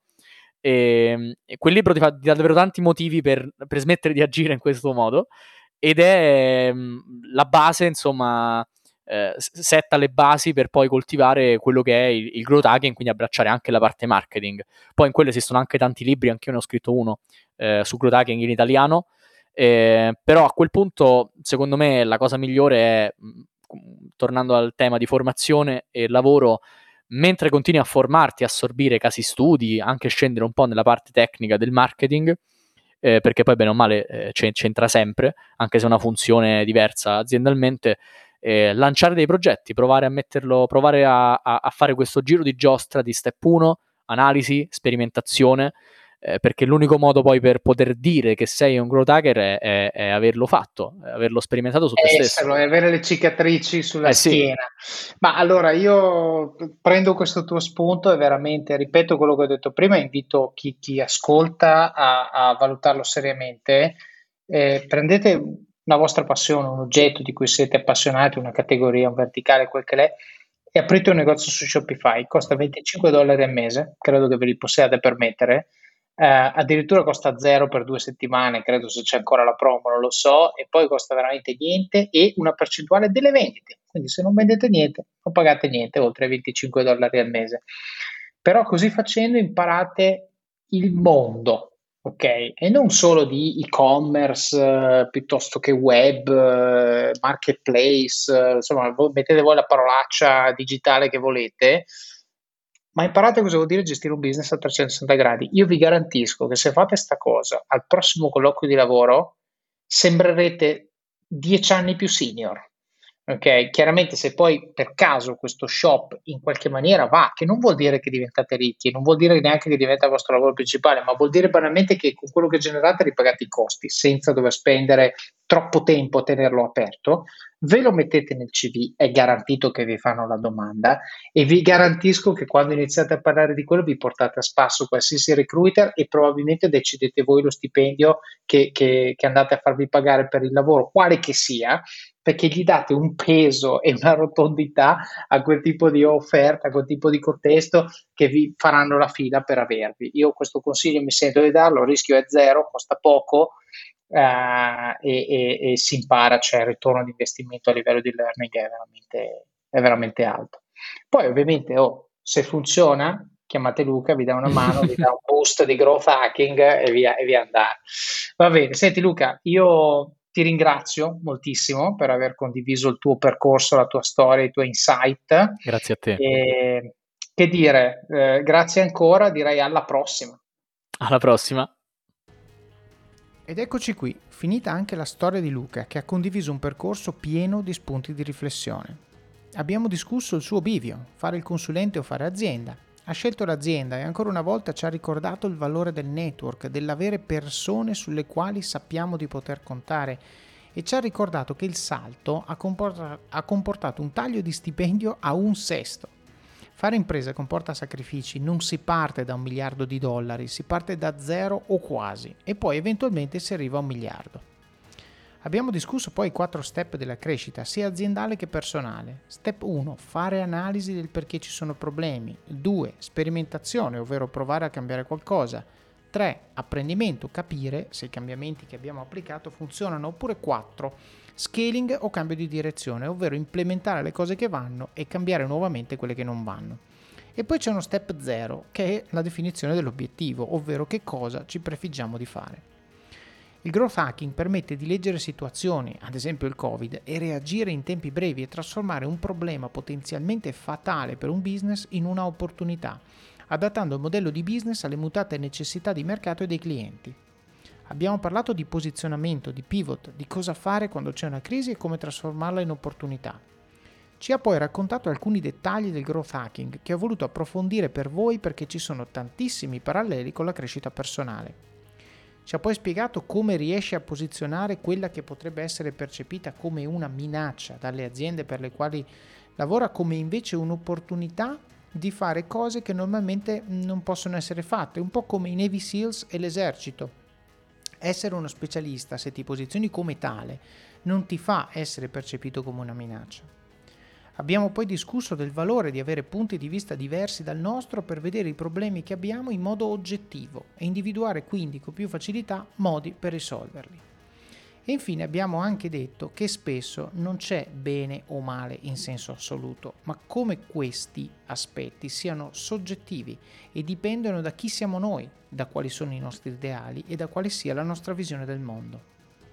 E, e quel libro ti, fa, ti dà davvero tanti motivi per, per smettere di agire in questo modo, ed è mh, la base, insomma, eh, setta le basi per poi coltivare quello che è il, il growth hacking, quindi abbracciare anche la parte marketing. Poi in quello esistono anche tanti libri, anche io ne ho scritto uno eh, su growth hacking in italiano, eh, però a quel punto secondo me la cosa migliore è, mh, tornando al tema di formazione e lavoro, mentre continui a formarti, assorbire casi studi, anche scendere un po' nella parte tecnica del marketing, eh, perché poi bene o male eh, c'entra sempre, anche se è una funzione diversa aziendalmente, eh, lanciare dei progetti, provare a metterlo, provare a, a, a fare questo giro di giostra di step uno, analisi, sperimentazione, eh, perché l'unico modo poi per poter dire che sei un growth hacker è, è, è averlo fatto, è averlo sperimentato su te stesso. È avere le cicatrici sulla eh, schiena. Sì. Ma allora io prendo questo tuo spunto e veramente ripeto quello che ho detto prima, invito chi, chi ascolta a, a valutarlo seriamente. Eh, prendete una vostra passione, un oggetto di cui siete appassionati, una categoria, un verticale, quel che è, e aprite un negozio su Shopify. Costa venticinque dollari al mese, credo che ve li possiate permettere. Uh, addirittura costa zero per due settimane, credo, se c'è ancora la promo, non lo so, e poi costa veramente niente e una percentuale delle vendite, quindi se non vendete niente non pagate niente oltre ai venticinque dollari al mese. Però così facendo imparate il mondo, ok? E non solo di e-commerce uh, piuttosto che web, uh, marketplace, uh, insomma, voi mettete voi la parolaccia digitale che volete, ma imparate cosa vuol dire gestire un business a trecentosessanta gradi. Io vi garantisco che se fate sta cosa al prossimo colloquio di lavoro sembrerete dieci anni più senior. Ok, chiaramente se poi per caso questo shop in qualche maniera va, che non vuol dire che diventate ricchi, non vuol dire neanche che diventa il vostro lavoro principale, ma vuol dire banalmente che con quello che generate ripagate i costi senza dover spendere troppo tempo a tenerlo aperto, ve lo mettete nel C V, è garantito che vi fanno la domanda e vi garantisco che quando iniziate a parlare di quello vi portate a spasso qualsiasi recruiter e probabilmente decidete voi lo stipendio che, che, che andate a farvi pagare per il lavoro, quale che sia, perché gli date un peso e una rotondità a quel tipo di offerta, a quel tipo di contesto che vi faranno la fila per avervi. Io questo consiglio mi sento di darlo, il rischio è zero, costa poco uh, e, e, e si impara, cioè il ritorno di investimento a livello di learning è veramente, è veramente alto. Poi ovviamente oh, se funziona, chiamate Luca, vi dà una mano, vi dà un boost di growth hacking e via, e via andare. Va bene, senti Luca, io ti ringrazio moltissimo per aver condiviso il tuo percorso, la tua storia, i tuoi insight. Grazie a te. E, che dire, eh, grazie ancora, direi alla prossima. Alla prossima. Ed eccoci qui, finita anche la storia di Luca, che ha condiviso un percorso pieno di spunti di riflessione. Abbiamo discusso il suo bivio, fare il consulente o fare azienda. Ha scelto l'azienda e ancora una volta ci ha ricordato il valore del network, dell'avere persone sulle quali sappiamo di poter contare, e ci ha ricordato che il salto ha comportato, ha comportato un taglio di stipendio a un sesto. Fare impresa comporta sacrifici, non si parte da un miliardo di dollari, si parte da zero o quasi e poi eventualmente si arriva a un miliardo. Abbiamo discusso poi i quattro step della crescita, sia aziendale che personale. Step uno, fare analisi del perché ci sono problemi. due, sperimentazione, ovvero provare a cambiare qualcosa. tre, apprendimento, capire se i cambiamenti che abbiamo applicato funzionano. Oppure quattro, scaling o cambio di direzione, ovvero implementare le cose che vanno e cambiare nuovamente quelle che non vanno. E poi c'è uno step zero, che è la definizione dell'obiettivo, ovvero che cosa ci prefiggiamo di fare. Il growth hacking permette di leggere situazioni, ad esempio il Covid, e reagire in tempi brevi e trasformare un problema potenzialmente fatale per un business in una opportunità, adattando il modello di business alle mutate necessità di mercato e dei clienti. Abbiamo parlato di posizionamento, di pivot, di cosa fare quando c'è una crisi e come trasformarla in opportunità. Ci ha poi raccontato alcuni dettagli del growth hacking che ho voluto approfondire per voi perché ci sono tantissimi paralleli con la crescita personale. Ci ha poi spiegato come riesce a posizionare quella che potrebbe essere percepita come una minaccia dalle aziende per le quali lavora come invece un'opportunità di fare cose che normalmente non possono essere fatte, un po' come i Navy Seals e l'esercito. Essere uno specialista, se ti posizioni come tale, non ti fa essere percepito come una minaccia. Abbiamo poi discusso del valore di avere punti di vista diversi dal nostro per vedere i problemi che abbiamo in modo oggettivo e individuare quindi con più facilità modi per risolverli. E infine abbiamo anche detto che spesso non c'è bene o male in senso assoluto, ma come questi aspetti siano soggettivi e dipendono da chi siamo noi, da quali sono i nostri ideali e da quale sia la nostra visione del mondo.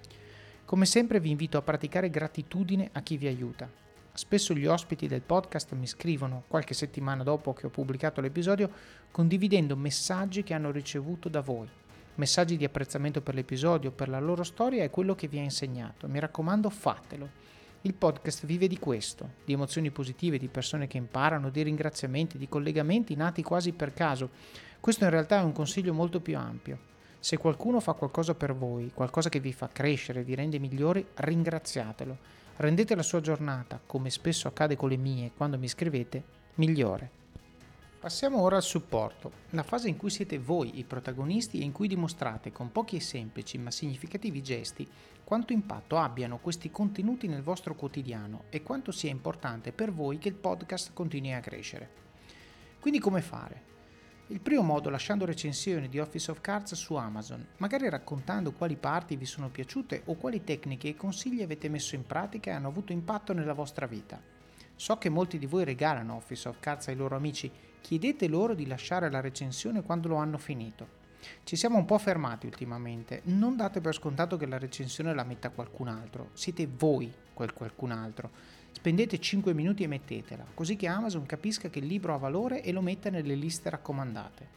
Come sempre vi invito a praticare gratitudine a chi vi aiuta. Spesso gli ospiti del podcast mi scrivono, qualche settimana dopo che ho pubblicato l'episodio, condividendo messaggi che hanno ricevuto da voi. Messaggi di apprezzamento per l'episodio, per la loro storia e quello che vi ha insegnato. Mi raccomando, fatelo. Il podcast vive di questo, di emozioni positive, di persone che imparano, di ringraziamenti, di collegamenti nati quasi per caso. Questo in realtà è un consiglio molto più ampio. Se qualcuno fa qualcosa per voi, qualcosa che vi fa crescere, vi rende migliori, ringraziatelo. Rendete la sua giornata, come spesso accade con le mie quando mi scrivete, migliore. Passiamo ora al supporto, la fase in cui siete voi i protagonisti e in cui dimostrate con pochi e semplici ma significativi gesti quanto impatto abbiano questi contenuti nel vostro quotidiano e quanto sia importante per voi che il podcast continui a crescere. Quindi come fare? Il primo modo lasciando recensioni di Office of Cards su Amazon, magari raccontando quali parti vi sono piaciute o quali tecniche e consigli avete messo in pratica e hanno avuto impatto nella vostra vita. So che molti di voi regalano Office of Cards ai loro amici, chiedete loro di lasciare la recensione quando lo hanno finito. Ci siamo un po' fermati ultimamente, non date per scontato che la recensione la metta qualcun altro, siete voi quel qualcun altro. Spendete cinque minuti e mettetela, così che Amazon capisca che il libro ha valore e lo metta nelle liste raccomandate.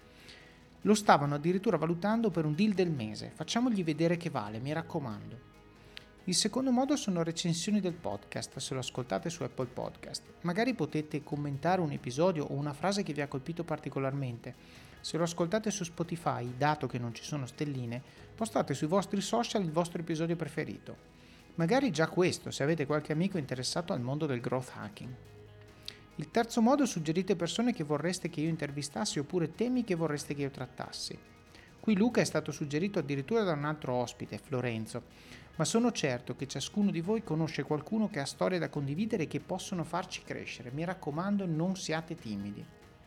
Lo stavano addirittura valutando per un deal del mese, facciamogli vedere che vale, mi raccomando. Il secondo modo sono recensioni del podcast, se lo ascoltate su Apple Podcast. Magari potete commentare un episodio o una frase che vi ha colpito particolarmente. Se lo ascoltate su Spotify, dato che non ci sono stelline, postate sui vostri social il vostro episodio preferito. Magari già questo, se avete qualche amico interessato al mondo del growth hacking. Il terzo modo, suggerite persone che vorreste che io intervistassi oppure temi che vorreste che io trattassi. Qui Luca è stato suggerito addirittura da un altro ospite, Florenzo, ma sono certo che ciascuno di voi conosce qualcuno che ha storie da condividere e che possono farci crescere. Mi raccomando, non siate timidi.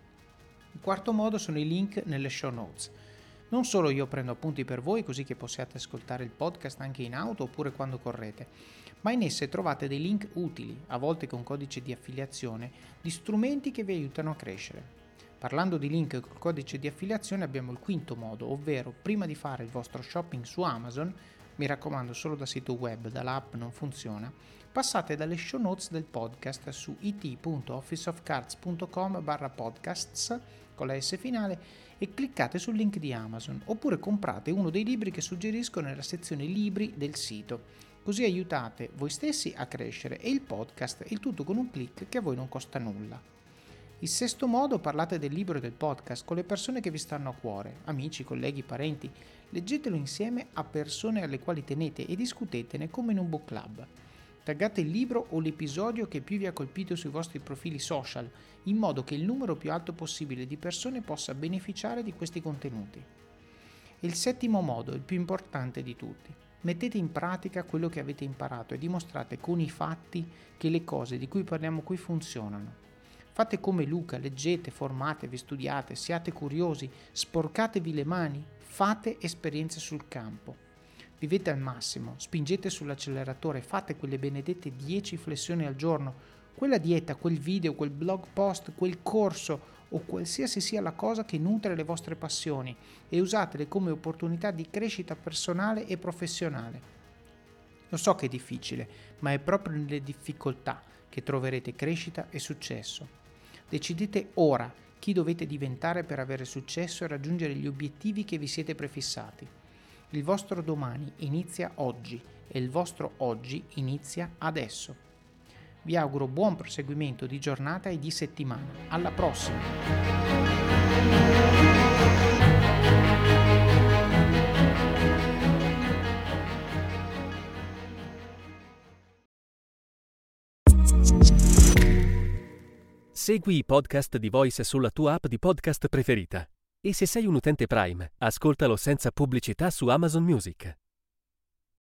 Il quarto modo sono i link nelle show notes. Non solo io prendo appunti per voi così che possiate ascoltare il podcast anche in auto oppure quando correte, ma in esse trovate dei link utili, a volte con codice di affiliazione, di strumenti che vi aiutano a crescere. Parlando di link col codice di affiliazione abbiamo il quinto modo, ovvero prima di fare il vostro shopping su Amazon, mi raccomando solo da sito web, dall'app non funziona, passate dalle show notes del podcast su it.officeofcards.com barra podcasts con la S finale e cliccate sul link di Amazon, oppure comprate uno dei libri che suggerisco nella sezione libri del sito, così aiutate voi stessi a crescere e il podcast, il tutto con un click che a voi non costa nulla. Il sesto modo, parlate del libro e del podcast con le persone che vi stanno a cuore, amici, colleghi, parenti, leggetelo insieme a persone alle quali tenete e discutetene come in un book club. Taggate il libro o l'episodio che più vi ha colpito sui vostri profili social, in modo che il numero più alto possibile di persone possa beneficiare di questi contenuti. E il settimo modo, il più importante di tutti. Mettete in pratica quello che avete imparato e dimostrate con i fatti che le cose di cui parliamo qui funzionano. Fate come Luca, leggete, formatevi, studiate, siate curiosi, sporcatevi le mani, fate esperienze sul campo. Vivete al massimo, spingete sull'acceleratore, fate quelle benedette dieci flessioni al giorno, quella dieta, quel video, quel blog post, quel corso o qualsiasi sia la cosa che nutre le vostre passioni e usatele come opportunità di crescita personale e professionale. Lo so che è difficile, ma è proprio nelle difficoltà che troverete crescita e successo. Decidete ora chi dovete diventare per avere successo e raggiungere gli obiettivi che vi siete prefissati. Il vostro domani inizia oggi e il vostro oggi inizia adesso. Vi auguro buon proseguimento di giornata e di settimana. Alla prossima! Segui i podcast di Voice sulla tua app di podcast preferita. E se sei un utente Prime, ascoltalo senza pubblicità su Amazon Music.